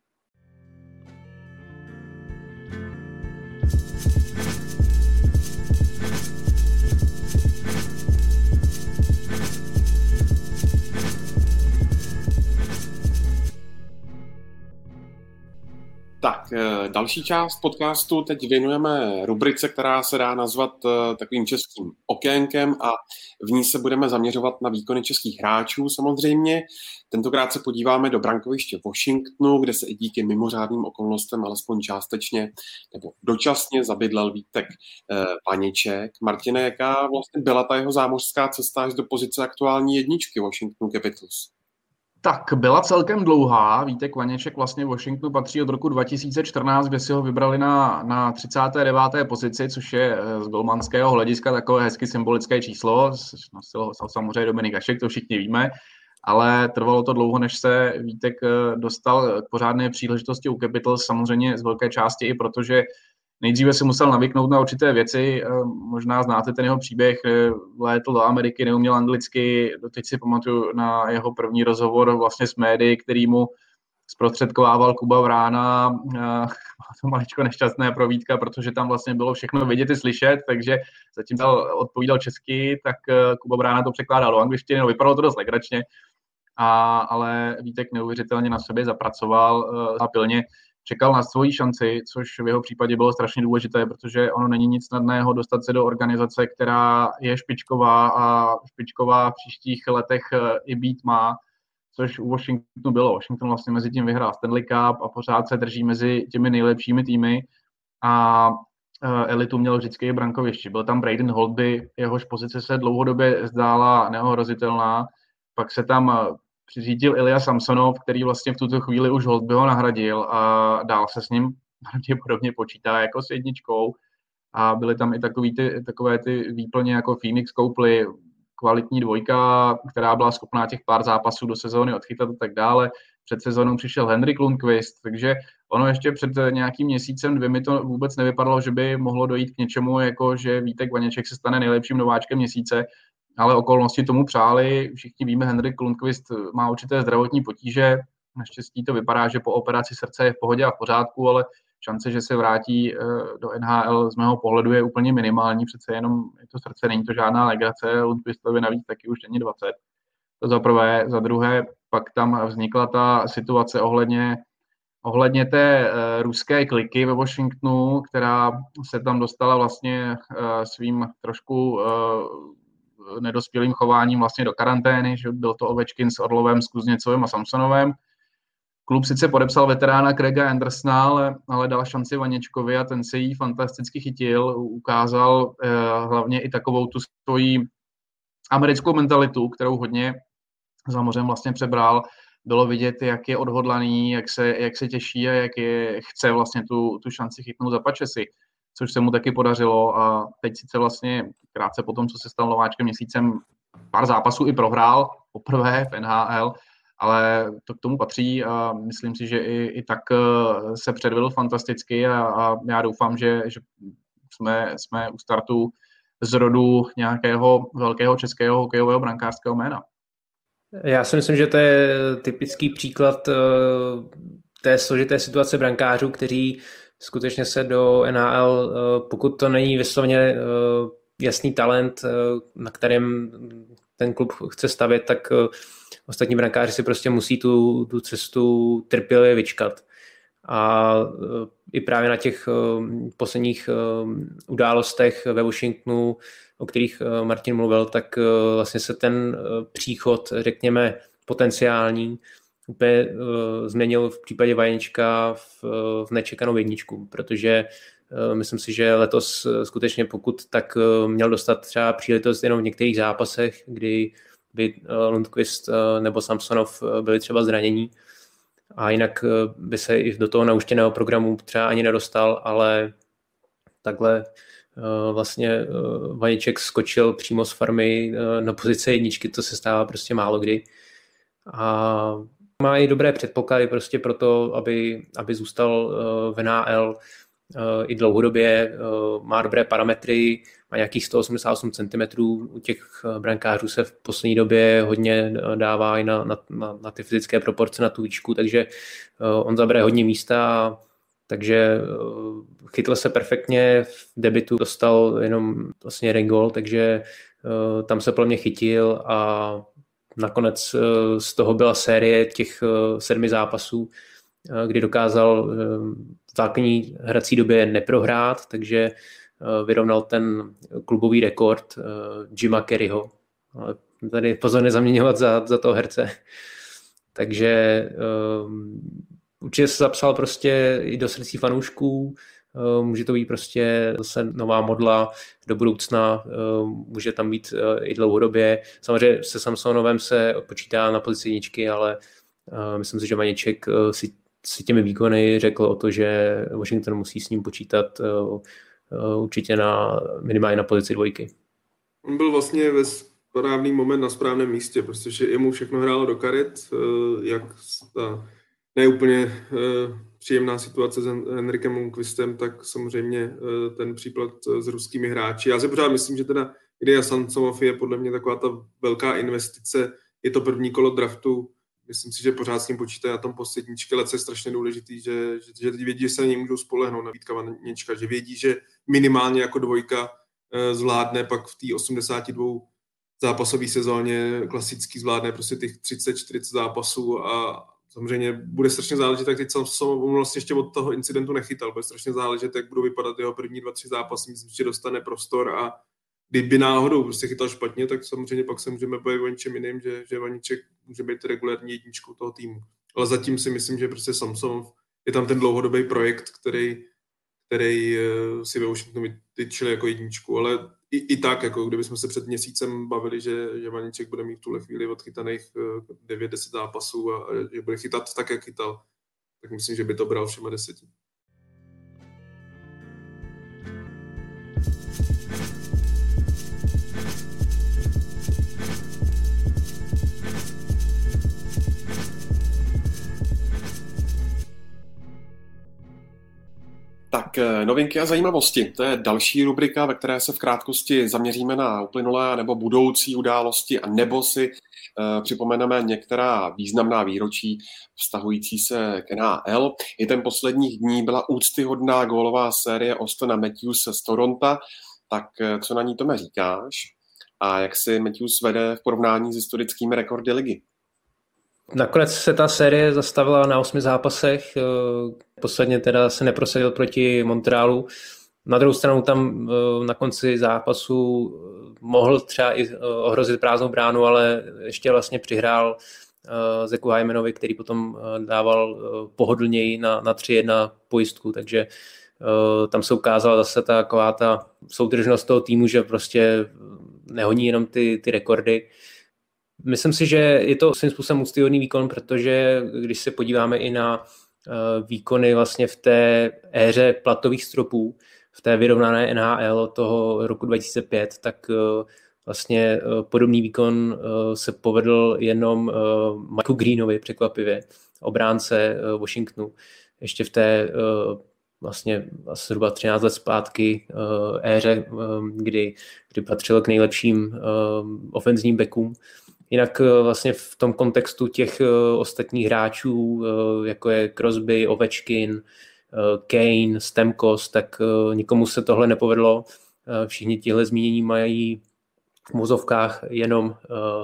Tak, další část podcastu teď věnujeme rubrice, která se dá nazvat takovým českým okénkem a v ní se budeme zaměřovat na výkony českých hráčů samozřejmě. Tentokrát se podíváme do brankoviště Washingtonu, kde se i díky mimořádným okolnostem alespoň částečně nebo dočasně zabydlel Vítek Vaněček. Martine, jaká vlastně byla ta jeho zámořská cesta až do pozice aktuální jedničky Washington Capitals? Tak, byla celkem dlouhá. Vítek Vaněček vlastně Washingtonu patří od roku 2014, kde si ho vybrali na 39. pozici, což je z golmanského hlediska takové hezky symbolické číslo. Nosil samozřejmě Dominik Hašek, to všichni víme, ale trvalo to dlouho, než se Vítek dostal k pořádné příležitosti u Capitals, samozřejmě z velké části i protože nejdříve si musel navyknout na určité věci, možná znáte ten jeho příběh, létl do Ameriky, neuměl anglicky, doteď si pamatuju na jeho první rozhovor vlastně s médií, který mu zprostředkovával Kuba Vrána, to maličko nešťastné pro Vítka, protože tam vlastně bylo všechno vidět i slyšet, takže zatím odpovídal česky, tak Kuba Vrána to překládal do angličtiny, no vypadalo to dost legračně, ale Vítek neuvěřitelně na sobě zapracoval a pilně čekal na svoji šanci, což v jeho případě bylo strašně důležité, protože ono není nic snadného dostat se do organizace, která je špičková a špičková v příštích letech i být má, což u Washingtonu bylo. Washington vlastně mezi tím vyhrál Stanley Cup a pořád se drží mezi těmi nejlepšími týmy a elitu měl vždycky i brankovišti. Byl tam Braden Holtby, jehož pozice se dlouhodobě zdála neohrozitelná, pak se tam přiřídil Ilya Samsonov, který vlastně v tuto chvíli už Holtbyho nahradil a dál se s ním pravděpodobně počítá jako s jedničkou. A byly tam i takové ty výplně jako Phoenix Copley, kvalitní dvojka, která byla schopná těch pár zápasů do sezóny odchytat a tak dále. Před sezónou přišel Henrik Lundqvist, takže ono ještě před nějakým měsícem, 2 mi to vůbec nevypadalo, že by mohlo dojít k něčemu, jako že Vítek Vaněček se stane nejlepším nováčkem měsíce, ale okolnosti tomu přáli. Všichni víme, Henrik Lundqvist má určité zdravotní potíže. Naštěstí to vypadá, že po operaci srdce je v pohodě a v pořádku, ale šance, že se vrátí do NHL z mého pohledu je úplně minimální. Přece jenom je to srdce, není to žádná legrace. Lundqvistovi navíc taky už není 20. To za prvé. Za druhé, pak tam vznikla ta situace ohledně ohledně té ruské kliky ve Washingtonu, která se tam dostala vlastně svým trošku nedospělým chováním vlastně do karantény, že byl to Ovečkin s Orlovem, s Kuzněcovým a Samsonovem. Klub sice podepsal veterána Craiga Andersona, ale dal šanci Vaněčkovi a ten se jí fantasticky chytil, ukázal hlavně i takovou tu svoji americkou mentalitu, kterou hodně za mořem vlastně přebral. Bylo vidět, jak je odhodlaný, jak se těší a chce vlastně tu šanci chytnout za Pačesy, což se mu taky podařilo a teď sice vlastně krátce po tom, co se stal nováčkem měsícem, pár zápasů i prohrál poprvé v NHL, ale to k tomu patří a myslím si, že i tak se předvedl fantasticky a já doufám, že jsme u startu z rodu nějakého velkého českého hokejového brankářského jména. Já si myslím, že to je typický příklad té složité situace brankářů, kteří skutečně se do NHL, pokud to není vyslovně jasný talent, na kterém ten klub chce stavět, tak ostatní brankáři si prostě musí tu cestu trpělivě vyčkat. A i právě na těch posledních událostech ve Washingtonu, o kterých Martin mluvil, tak vlastně se ten příchod, řekněme, potenciální, úplně změnil v případě Vaněčka v nečekanou jedničku, protože myslím si, že letos skutečně pokud tak měl dostat třeba příležitost jenom v některých zápasech, kdy by Lundqvist nebo Samsonov byli třeba zranění a jinak by se i do toho nauštěného programu třeba ani nedostal, ale takhle vlastně Vaněček skočil přímo z farmy na pozici jedničky, to se stává prostě málo kdy. A má i dobré předpoklady prostě pro to, aby zůstal v NHL i dlouhodobě, má dobré parametry, má nějakých 188 cm, u těch brankářů se v poslední době hodně dává i na ty fyzické proporce, na tu výšku, takže on zabere hodně místa, takže chytl se perfektně, v debutu dostal jenom vlastně jeden gól, takže tam se plně chytil a nakonec z toho byla série těch 7 zápasů, kdy dokázal v základní hrací době neprohrát, takže vyrovnal ten klubový rekord Jima Careyho. Ale tady pozor nezaměňovat za toho herce. Takže určitě se zapsal prostě i do srdcí fanoušků, může to být prostě zase nová modla do budoucna, může tam být i dlouhodobě. Samozřejmě se Samsonovem se počítá na pozici jedničky, ale myslím si, že Vaněček si těmi výkony řekl o to, že Washington musí s ním počítat určitě minimálně na pozici 2. On byl vlastně ve správný moment na správném místě, protože jemu všechno hrálo do karet, jak ta neúplně příjemná situace s Henrikem Lundqvistem, tak samozřejmě ten případ s ruskými hráči. Já si pořád myslím, že teda Ilja Samsonov je podle mě taková ta velká investice, je to první kolo draftu, myslím si, že pořád s ním počítají na tom posledníčky, ale co je strašně důležitý, že teď vědí, že se na něj můžou spolehnout na Vítka Vaněčka, že vědí, že minimálně jako 2 zvládne pak v té 82 zápasové sezóně klasický zvládne prostě těch 30-40 zápasů a samozřejmě bude strašně záležet, jak teď on vlastně ještě od toho incidentu nechytal, bude strašně záležet, jak budou vypadat jeho první 2-3 zápasy, myslím, že dostane prostor a kdyby náhodou prostě chytal špatně, tak samozřejmě pak se můžeme bavit o něčem jiným, že Vaněček může být regulární jedničkou toho týmu. Ale zatím si myslím, že prostě Samsonov je tam ten dlouhodobý projekt, který si ve Washingtonu vytyčili jako jedničku, ale i tak, jako kdybychom se před měsícem bavili, že Vaněček bude mít v tuhle chvíli odchytaných 9-10 zápasů a že bude chytat tak, jak chytal, tak myslím, že by to bral všema 10. Tak novinky a zajímavosti. To je další rubrika, ve které se v krátkosti zaměříme na uplynulé nebo budoucí události a nebo si připomeneme některá významná výročí vztahující se k NHL. I ten posledních dní byla úctyhodná gólová série Austona Matthewse z Toronto. Tak co na ní, Tome, říkáš? A jak si Matthews vede v porovnání s historickými rekordy ligy? Nakonec se ta série zastavila na 8 zápasech, posledně teda se neprosadil proti Montrealu. Na druhou stranu tam na konci zápasu mohl třeba i ohrozit prázdnou bránu, ale ještě vlastně přihrál Zeku Hymanovi, který potom dával pohodlněji na 3-1 pojistku, takže tam se ukázala zase taková ta soudržnost toho týmu, že prostě nehoní jenom ty rekordy. Myslím si, že je to svým způsobem úctyhodný výkon, protože když se podíváme i na výkony vlastně v té éře platových stropů, v té vyrovnané NHL toho roku 2005, tak vlastně podobný výkon se povedl jenom Michaelu Greenovi překvapivě, obránce Washingtonu. Ještě v té vlastně zhruba 13 let zpátky éře, kdy patřil k nejlepším ofenzivním backům. Jinak vlastně v tom kontextu těch ostatních hráčů, jako je Crosby, Ovečkin, Kane, Stamkos, tak nikomu se tohle nepovedlo. Všichni tihle zmínění mají v mozovkách jenom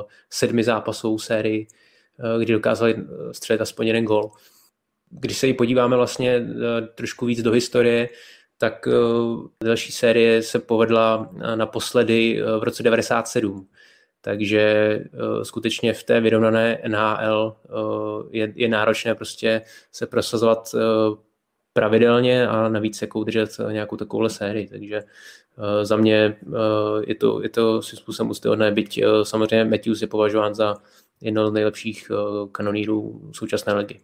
7 zápasovou sérii, kdy dokázali střelit aspoň 1 gól. Když se ji podíváme vlastně trošku víc do historie, tak další série se povedla naposledy v roce 1997. Takže skutečně v té vyrovnané NHL je náročné prostě se prosazovat pravidelně a navíc jako udržet nějakou takovouhle sérii. Takže za mě je to svým způsobem úctyhodné, byť samozřejmě Matthews je považován za jednoho z nejlepších kanonýrů současné ligy.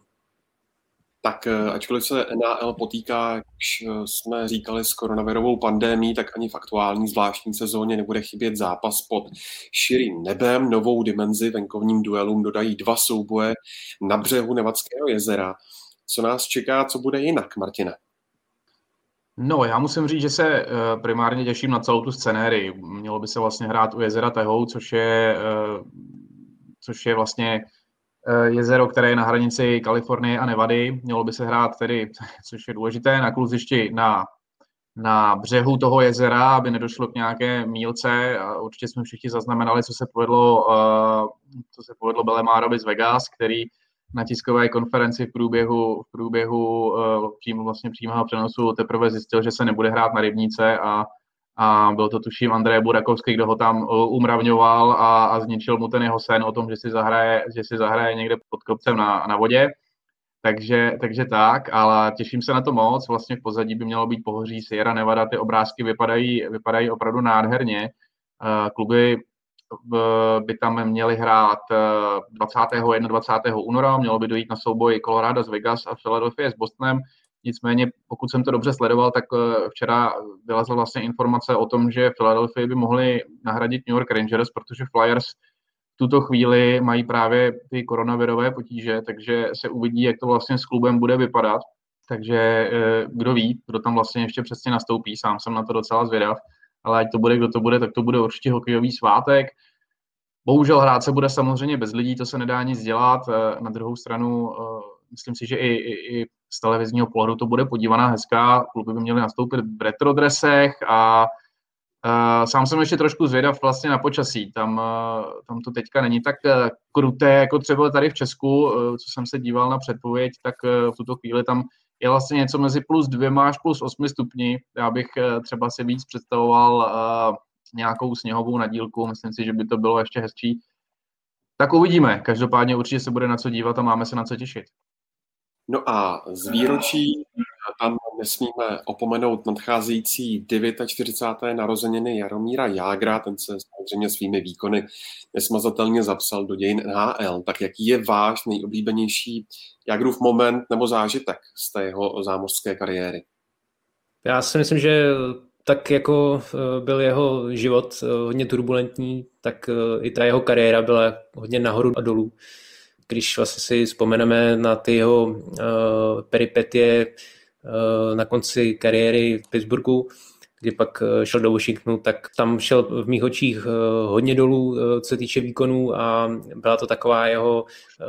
Tak ačkoliv se NHL potýká, jak jsme říkali, s koronavirovou pandemií, tak ani v aktuální zvláštní sezóně nebude chybět zápas pod širým nebem. Novou dimenzi venkovním duelům dodají 2 souboje na břehu Nevadského jezera. Co nás čeká, co bude jinak, Martine? No, já musím říct, že se primárně těším na celou tu scenérii. Mělo by se vlastně hrát u jezera Tahoe, což je vlastně jezero, které je na hranici Kalifornie a Nevady. Mělo by se hrát tedy, což je důležité, na kluzišti na břehu toho jezera, aby nedošlo k nějaké mýlce. Určitě jsme všichni zaznamenali, co se povedlo Bellemárovi z Vegas, který na tiskové konferenci v průběhu přímého přenosu teprve zjistil, že se nebude hrát na Rybníce a byl to tuším Andrej Burakovský, kdo ho tam umravňoval a zničil mu ten jeho sen o tom, že si zahraje někde pod kopcem na vodě. Takže tak, ale těším se na to moc. Vlastně v pozadí by mělo být pohoří Sierra Nevada, ty obrázky vypadají opravdu nádherně. Kluby by tam měly hrát 20. února, mělo by dojít na souboj Colorado z Vegas a Philadelphia s Bostonem. Nicméně, pokud jsem to dobře sledoval, tak včera vylezla vlastně informace o tom, že Philadelphia by mohli nahradit New York Rangers, protože Flyers v tuto chvíli mají právě ty koronavirové potíže, takže se uvidí, jak to vlastně s klubem bude vypadat. Takže kdo ví, kdo tam vlastně ještě přesně nastoupí, sám jsem na to docela zvědav, ale ať to bude, kdo to bude, tak to bude určitě hokejový svátek. Bohužel hrát se bude samozřejmě bez lidí, to se nedá nic dělat. Na druhou stranu myslím si, že i z televizního pohledu to bude podívaná hezká. Kluby by měly nastoupit v retrodresech a sám jsem ještě trošku zvědav vlastně na počasí. Tam to teďka není tak kruté, jako třeba tady v Česku, co jsem se díval na předpověď, tak v tuto chvíli tam je vlastně něco mezi +2 až +8 stupni. Já bych třeba si víc představoval nějakou sněhovou nadílku, myslím si, že by to bylo ještě hezčí. Tak uvidíme, každopádně určitě se bude na co dívat a máme se na co těšit. No a z výročí tam nesmíme opomenout nadcházející 49. narozeniny Jaromíra Jágra, ten se samozřejmě svými výkony nesmazatelně zapsal do dějin NHL. Tak jaký je váš nejoblíbenější Jágrův moment nebo zážitek z té jeho zámořské kariéry? Já si myslím, že tak jako byl jeho život hodně turbulentní, tak i ta jeho kariéra byla hodně nahoru a dolů. Když vlastně si vzpomeneme na ty jeho peripetie na konci kariéry v Pittsburghu, kdy pak šel do Washingtonu, tak tam šel v mých očích hodně dolů, co se týče výkonů, a byla to taková jeho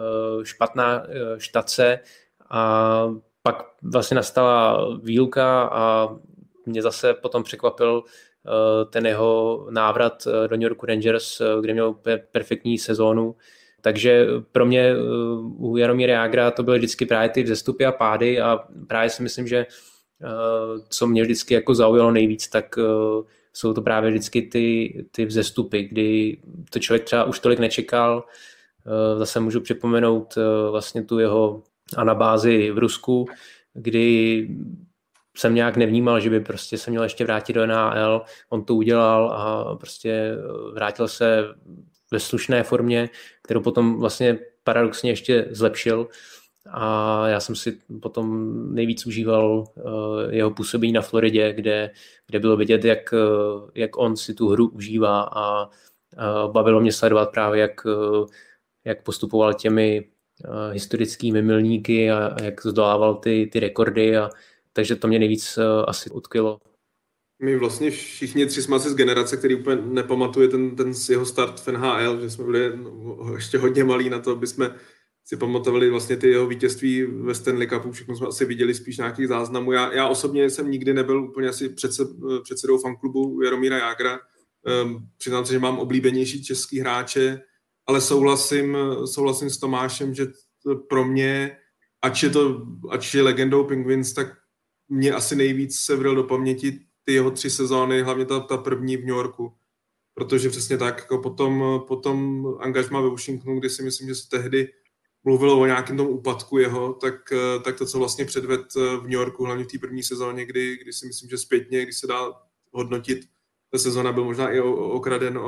špatná štace a pak vlastně nastala výluka a mě zase potom překvapil ten jeho návrat do New York Rangers, kde měl perfektní sezónu. Takže pro mě u Jaromíra Jágra to byly vždycky právě ty vzestupy a pády a právě si myslím, že co mě vždycky jako zaujalo nejvíc, tak jsou to právě vždycky ty vzestupy, kdy to člověk třeba už tolik nečekal. Zase můžu připomenout vlastně tu jeho anabázi v Rusku, kdy jsem nějak nevnímal, že by prostě se měl ještě vrátit do NHL. On to udělal a prostě vrátil se ve slušné formě, kterou potom vlastně paradoxně ještě zlepšil. A já jsem si potom nejvíc užíval jeho působení na Floridě, kde bylo vidět, jak on si tu hru užívá a bavilo mě sledovat právě, jak postupoval těmi historickými milníky a jak zdolával ty rekordy. Takže to mě nejvíc asi utkvělo. My vlastně všichni tři jsme asi z generace, který úplně nepamatuje ten jeho start v NHL, že jsme byli ještě hodně malí na to, aby jsme si pamatovali vlastně ty jeho vítězství ve Stanley Cupu, všechno jsme asi viděli spíš nějakých záznamů. Já osobně jsem nikdy nebyl úplně asi předsedou fanklubu Jaromíra Jágra. Přiznám se, že mám oblíbenější český hráče, ale souhlasím s Tomášem, že pro mě, ač je legendou Penguins, tak mě asi nejvíc se vril do paměti ty jeho 3 sezóny, hlavně ta první v New Yorku. Protože přesně tak, jako potom angažmá ve Washingtonu, kdy si myslím, že se tehdy mluvilo o nějakém tom úpadku jeho, tak to, co vlastně předved v New Yorku, hlavně v té první sezóně, kdy si myslím, že zpětně, když se dá hodnotit, ta sezóna byl možná i okraden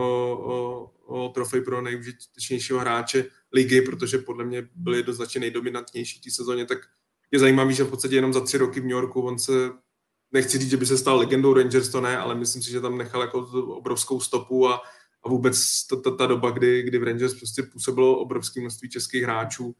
o trofej pro nejužitečnějšího hráče ligy, protože podle mě byl jednoznačně nejdominantnější v té sezóně, tak je zajímavý, že v podstatě jenom za 3 roky v New Yorku on se, nechci říct, že by se stal legendou Rangers, to ne, ale myslím si, že tam nechal jako obrovskou stopu a vůbec ta doba, kdy v Rangers prostě působilo obrovské množství českých hráčů,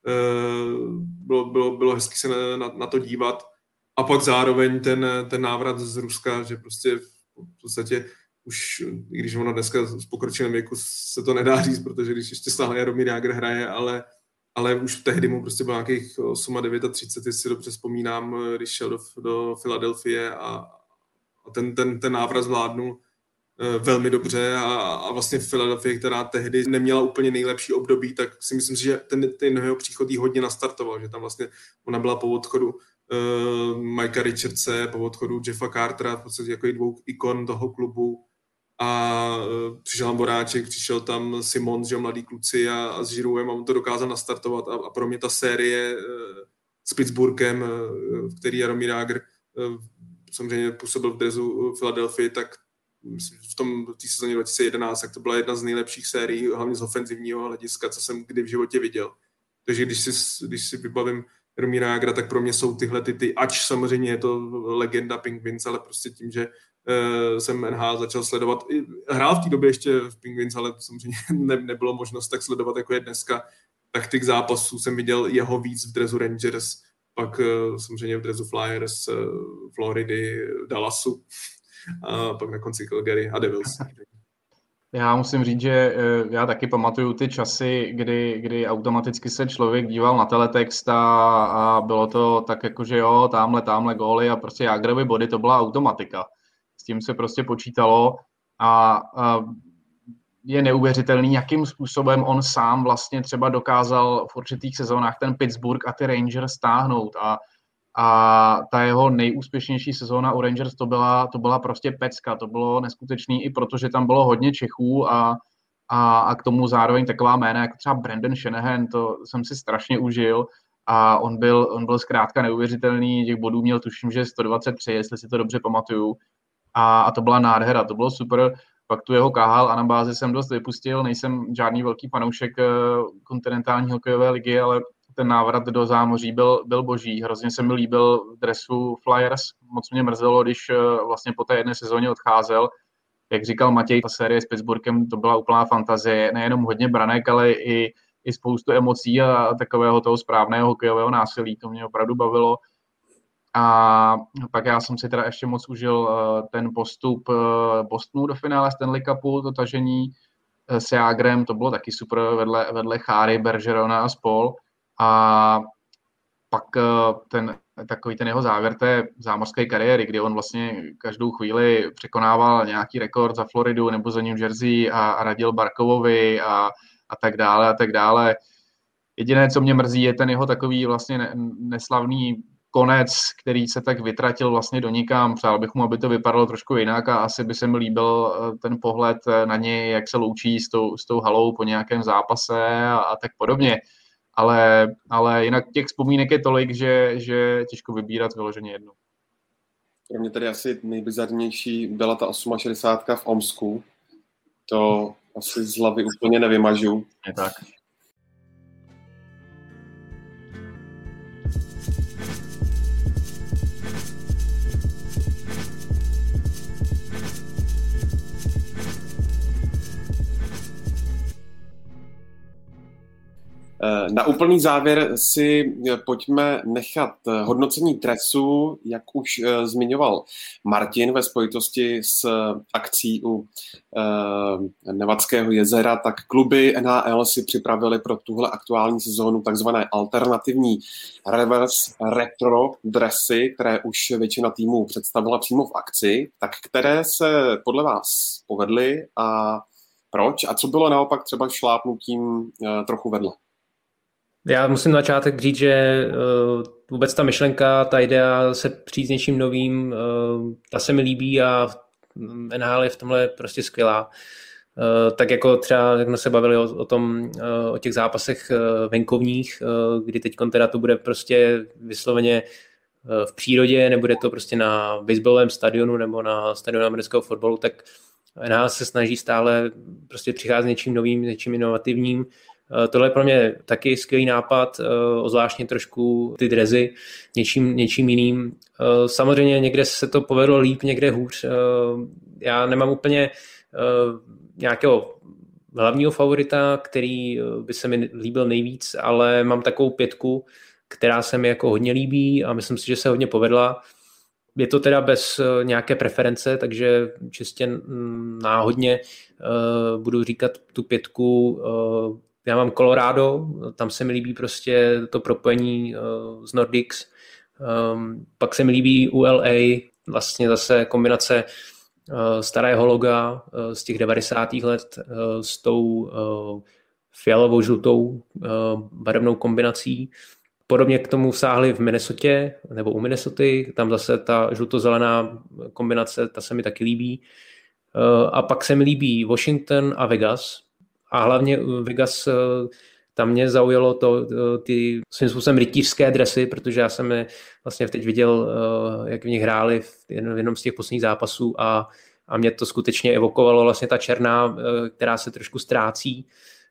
bylo hezky se na to dívat. A pak zároveň ten návrat z Ruska, že prostě v podstatě už, i když ono dneska s pokročilým věku se to nedá říct, protože když ještě stále Jaromír Jágr hraje, ale už tehdy mu prostě bylo nějakých 39, jestli si dobře vzpomínám, když šel do Filadelfie a ten návrat zvládnul velmi dobře a vlastně v Philadelphii, která tehdy neměla úplně nejlepší období, tak si myslím, že ten jeho příchod jí hodně nastartoval, že tam vlastně ona byla po odchodu Mikea Richardse, po odchodu Jeffa Cartera, v podstatě jako 2 ikon toho klubu a přišel tam Voráček, přišel tam Simons, že mladý kluci a s Girouxem a on to dokázal nastartovat a pro mě ta série s Pittsburghem, v který Jaromír Jágr samozřejmě působil v dresu Philadelphie, tak v té sezóně 2011, tak to byla jedna z nejlepších sérií, hlavně z ofenzivního hlediska, co jsem kdy v životě viděl. Takže když si vybavím Jaromíra Jágra, tak pro mě jsou tyhle ač samozřejmě je to legenda Penguins, ale prostě tím, že jsem NHL začal sledovat. Hrál v té době ještě v Penguins, ale samozřejmě nebylo možnost tak sledovat, jako je dneska. Tak těch zápasů jsem viděl jeho víc v dresu Rangers, pak samozřejmě v dresu Flyers, Floridy, Dallasu a pak na konci Calgary a Devils. Já musím říct, že já taky pamatuju ty časy, kdy automaticky se člověk díval na teletext a bylo to tak jako, že jo, tamhle góly a prostě Jágrovy body, to byla automatika. S tím se prostě počítalo a je neuvěřitelný, jakým způsobem on sám vlastně třeba dokázal v určitých sezónách ten Pittsburgh a ty Rangers stáhnout a ta jeho nejúspěšnější sezóna u Rangers to byla prostě pecka, to bylo neskutečný i protože tam bylo hodně Čechů a k tomu zároveň taková jména jako třeba Brendan Shanahan, to jsem si strašně užil a on byl zkrátka neuvěřitelný, těch bodů měl tuším, že 123, jestli si to dobře pamatuju a to byla nádhera, to bylo super. Pak tu jeho KHL anabázi jsem dost vypustil, nejsem žádný velký fanoušek kontinentální hokejové ligy, ale ten návrat do zámoří byl boží. Hrozně se mi líbil v dresu Flyers. Moc mě mrzelo, když vlastně po té jedné sezóně odcházel. Jak říkal Matěj, ta série s Pittsburghem, to byla úplná fantazie. Nejenom hodně branek, ale i spoustu emocí a takového toho správného hokejového násilí. To mě opravdu bavilo. A pak já jsem si teda ještě moc užil ten postup Bostonu do finále Stanley Cupu, to tažení s Jágrem, to bylo taky super vedle Cháry, Bergerona a spol. A pak takový ten jeho závěr té zámořské kariéry, kdy on vlastně každou chvíli překonával nějaký rekord za Floridu nebo za New Jersey a radil Barkovovi a tak dále a tak dále. Jediné, co mě mrzí, je ten jeho takový vlastně neslavný konec, který se tak vytratil vlastně do nikam. Přál bych mu, aby to vypadalo trošku jinak a asi by se mi líbil ten pohled na něj, jak se loučí s tou halou po nějakém zápase a tak podobně. Ale jinak těch vzpomínek je tolik, že těžko vybírat vyloženě jednu. Pro mě tedy asi nejbizarnější byla ta 68 v Omsku. To asi z hlavy úplně nevymažu. Je tak. Na úplný závěr si pojďme nechat hodnocení dresu, jak už zmiňoval Martin ve spojitosti s akcí u Nevadského jezera, tak kluby NHL si připravili pro tuhle aktuální sezónu takzvané alternativní reverse retro dresy, které už většina týmů představila přímo v akci, tak které se podle vás povedly a proč? A co bylo naopak třeba šlápnutím trochu vedle? Já musím na začátek říct, že vůbec ta myšlenka, ta idea se přijít s něčím novým, ta se mi líbí a NHL je v tomhle prostě skvělá. Tak jako třeba, jak jsme se bavili o těch zápasech venkovních, kdy teď teda to bude prostě vysloveně v přírodě, nebude to prostě na baseballovém stadionu nebo na stadionu amerického fotbalu, tak NHL se snaží stále prostě přicházet s něčím novým, něčím inovativním. Tohle je pro mě taky skvělý nápad, zvláštně trošku ty drezy něčím jiným. Samozřejmě někde se to povedlo líp, někde hůř. Já nemám úplně nějakého hlavního favorita, který by se mi líbil nejvíc, ale mám takovou 5, která se mi jako hodně líbí a myslím si, že se hodně povedla. Je to teda bez nějaké preference, takže čistě náhodně budu říkat tu 5. Já mám Colorado, tam se mi líbí prostě to propojení z Nordics. Pak se mi líbí ULA, vlastně zase kombinace starého loga z těch 90. let s tou fialovou žlutou barevnou kombinací. Podobně k tomu sáhli v Minnesotě, nebo u Minnesoty, tam zase ta žluto-zelená kombinace, ta se mi taky líbí. A pak se mi líbí Washington a Vegas. A hlavně Vegas, tam mě zaujalo ty svým způsobem rytířské dresy, protože já jsem je vlastně teď viděl, jak v nich hráli v jednom z těch posledních zápasů a mě to skutečně evokovalo vlastně ta černá, která se trošku ztrácí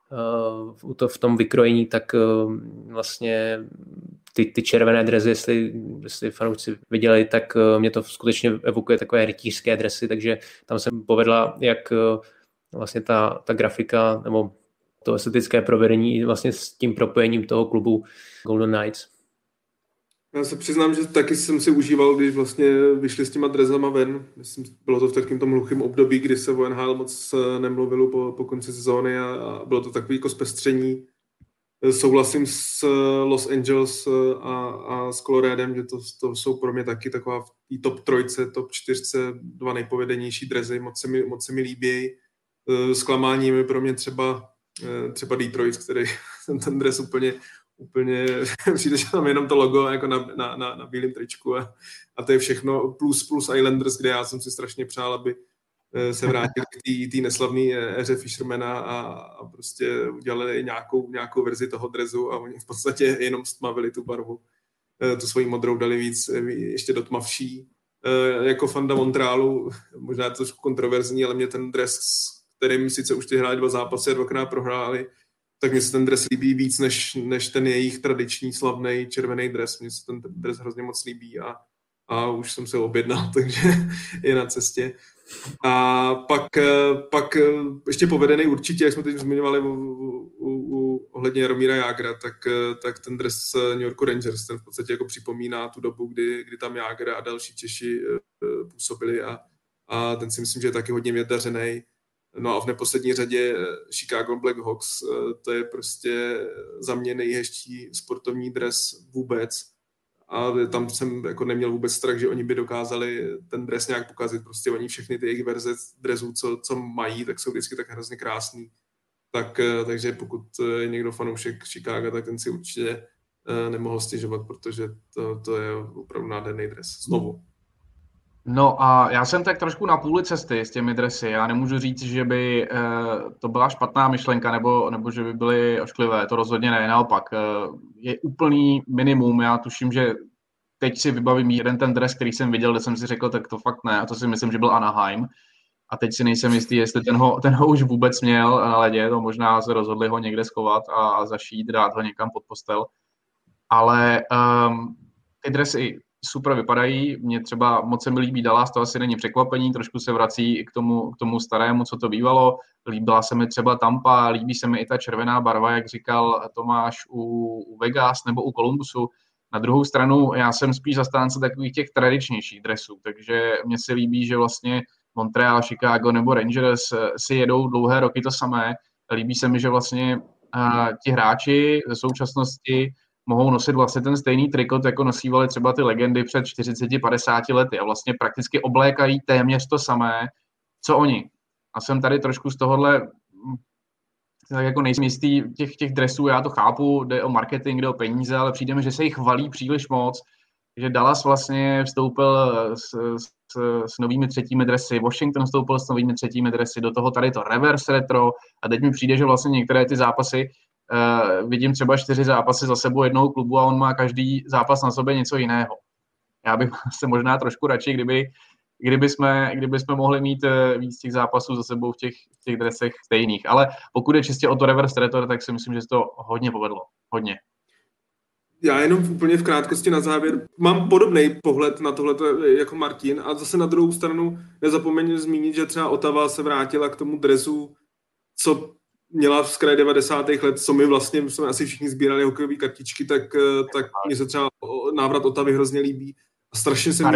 v tom vykrojení, tak vlastně ty červené dresy, jestli fanoušci viděli, tak mě to skutečně evokuje takové rytířské dresy, takže tam se povedla, jak vlastně ta grafika nebo to estetické provedení vlastně s tím propojením toho klubu Golden Knights. Já se přiznám, že taky jsem si užíval, když vlastně vyšli s těma drezama ven. Myslím, bylo to v takovém tom hluchém období, kdy se o NHL moc nemluvilo po konci sezóny a bylo to takový jako zpestření. Souhlasím s Los Angeles a s Coloradem, že to jsou pro mě taky taková v top 3, top 4 2 nejpovedenější drezy, moc se mi líbí. Zklamáním je pro mě třeba Detroit, který ten dres úplně přijde, že tam jenom to logo jako na bílém tričku a to je všechno plus Islanders, kde já jsem si strašně přál, aby se vrátili k té neslavné éře Fishermana a prostě udělali nějakou verzi toho dresu a oni v podstatě jenom stmavili tu barvu. Tu svoji modrou dali víc ještě do tmavší. Jako fanda Montrealu, možná je to trošku kontroverzní, ale mě ten dres, kterým sice už ty hráli 2 zápasy a 2krát prohráli, tak mně se ten dres líbí víc než ten jejich tradiční slavný červený dres. Mně se ten dres hrozně moc líbí a už jsem se objednal, takže je na cestě. A pak ještě povedený určitě, jak jsme teď zmiňovali ohledně Jaromíra Jágra, tak ten dres New Yorku Rangers, ten v podstatě jako připomíná tu dobu, kdy tam Jágr a další Češi působili a ten si myslím, že je taky hodně vydařený. No a v neposlední řadě Chicago Blackhawks, to je prostě za mě nejhezčí sportovní dres vůbec. A tam jsem jako neměl vůbec strach, že oni by dokázali ten dres nějak pokazit. Prostě oni všechny ty jejich verze dresů, co mají, tak jsou vždycky tak hrozně krásný. takže pokud je někdo fanoušek Chicaga, tak ten si určitě nemohl stěžovat, protože to je opravdu nádherný dres. Znovu. No a já jsem tak trošku na půli cesty s těmi dresy. Já nemůžu říct, že by to byla špatná myšlenka nebo že by byly ošklivé. To rozhodně ne, naopak. Je úplný minimum. Já tuším, že teď si vybavím jeden ten dres, který jsem viděl, kde jsem si řekl, tak to fakt ne. A to si myslím, že byl Anaheim. A teď si nejsem jistý, jestli ten ho už vůbec měl na ledě. To možná se rozhodli ho někde schovat a zašít, dát ho někam pod postel. Ale ty dresy super vypadají. Mně třeba moc se mi líbí Dallas, to asi není překvapení, trošku se vrací i k tomu starému, co to bývalo. Líbila se mi třeba Tampa, líbí se mi i ta červená barva, jak říkal Tomáš u Vegas nebo u Columbusu. Na druhou stranu já jsem spíš zastánce takových těch tradičnějších dresů, takže mně se líbí, že vlastně Montreal, Chicago nebo Rangers si jedou dlouhé roky to samé. Líbí se mi, že vlastně ti hráči v současnosti mohou nosit vlastně ten stejný trikot, jako nosívali třeba ty legendy před 40-50 lety a vlastně prakticky oblékají téměř to samé, co oni. A jsem tady trošku z tohohle tak jako nejsem jistý těch dresů, já to chápu, jde o marketing, jde o peníze, ale přijde mi, že se jich chvalí příliš moc, že Dallas vlastně vstoupil s novými třetími dresy, Washington vstoupil s novými třetími dresy, do toho tady to reverse retro a teď mi přijde, že vlastně některé ty zápasy vidím třeba 4 zápasy za sebou jednoho klubu a on má každý zápas na sobě něco jiného. Já bych se možná trošku radši, kdyby jsme mohli mít víc těch zápasů za sebou v těch dresech stejných. Ale pokud je čistě o to reverse retro, tak si myslím, že se to hodně povedlo. Hodně. Já jenom úplně v krátkosti na závěr. Mám podobný pohled na tohleto jako Martin a zase na druhou stranu nezapomeň zmínit, že třeba Ottawa se vrátila k tomu dresu, co měla z kraje 90. let, co my vlastně jsme asi všichni sbírali hokejové kartičky, tak mně se třeba návrat Ottavy hrozně líbí. A strašně se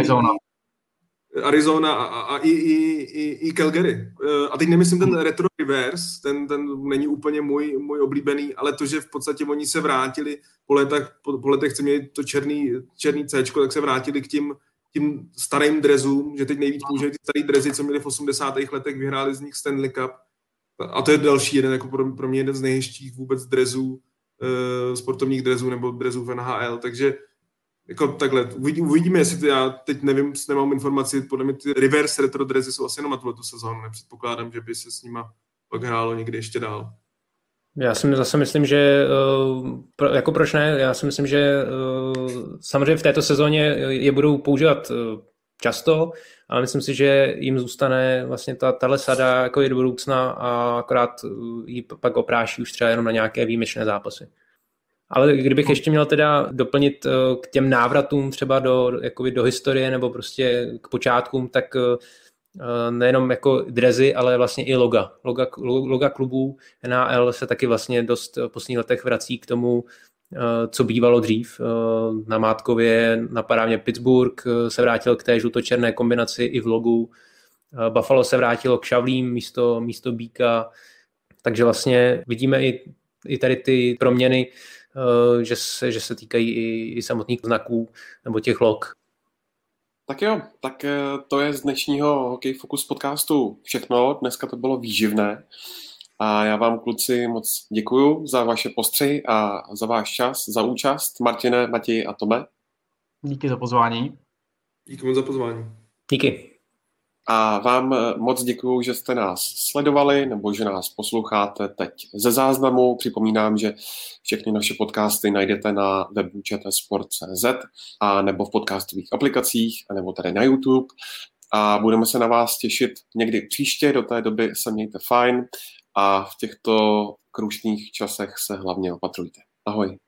Arizona a i Calgary. A teď nemyslím ten retro reverse, ten není úplně můj oblíbený, ale to, že v podstatě oni se vrátili po letech, co měli to černý C-čko, tak se vrátili k tím starým drezům, že teď nejvíc používají ty starý drezy, co měli v 80. letech, vyhráli z nich Stanley Cup. A to je další jeden, jako pro mě jeden z nejhezčích vůbec drezů, sportovních drezů nebo drezů v NHL, takže jako takhle, uvidíme, jestli já teď nevím, nemám informaci, podle mě ty reverse retro drezy jsou asi jenom na tuhletu sezónu, nepředpokládám, že by se s nima pak hrálo někdy ještě dál. Já si zase myslím, že jako proč ne, já si myslím, že samozřejmě v této sezóně je budou používat často, ale myslím si, že jim zůstane vlastně tahle sada jako je do budoucna a akorát ji pak opráší už třeba jenom na nějaké výjimečné zápasy. Ale kdybych ještě měl teda doplnit k těm návratům třeba do historie nebo prostě k počátkům, tak nejenom jako drezy, ale vlastně i loga klubů NHL se taky vlastně dost v posledních letech vrací k tomu, co bývalo dřív. Na Mátkově napadá mě Pittsburgh, se vrátil k té žluto-černé kombinaci i v logu. Buffalo se vrátilo k šavlím místo býka. Takže vlastně vidíme i tady ty proměny, že se týkají i samotných znaků nebo těch log. Tak jo, tak to je z dnešního Hokej Focus podcastu všechno. Dneska to bylo výživné. A já vám, kluci, moc děkuju za vaše postřehy a za váš čas, za účast. Martine, Matěji a Tome. Díky za pozvání. Díky moc za pozvání. Díky. A vám moc děkuju, že jste nás sledovali nebo že nás posloucháte teď ze záznamu. Připomínám, že všechny naše podcasty najdete na webu čtsport.cz a nebo v podcastových aplikacích a nebo tady na YouTube. A budeme se na vás těšit někdy příště. Do té doby se mějte fajn a v těchto krušných časech se hlavně opatrujte. Ahoj.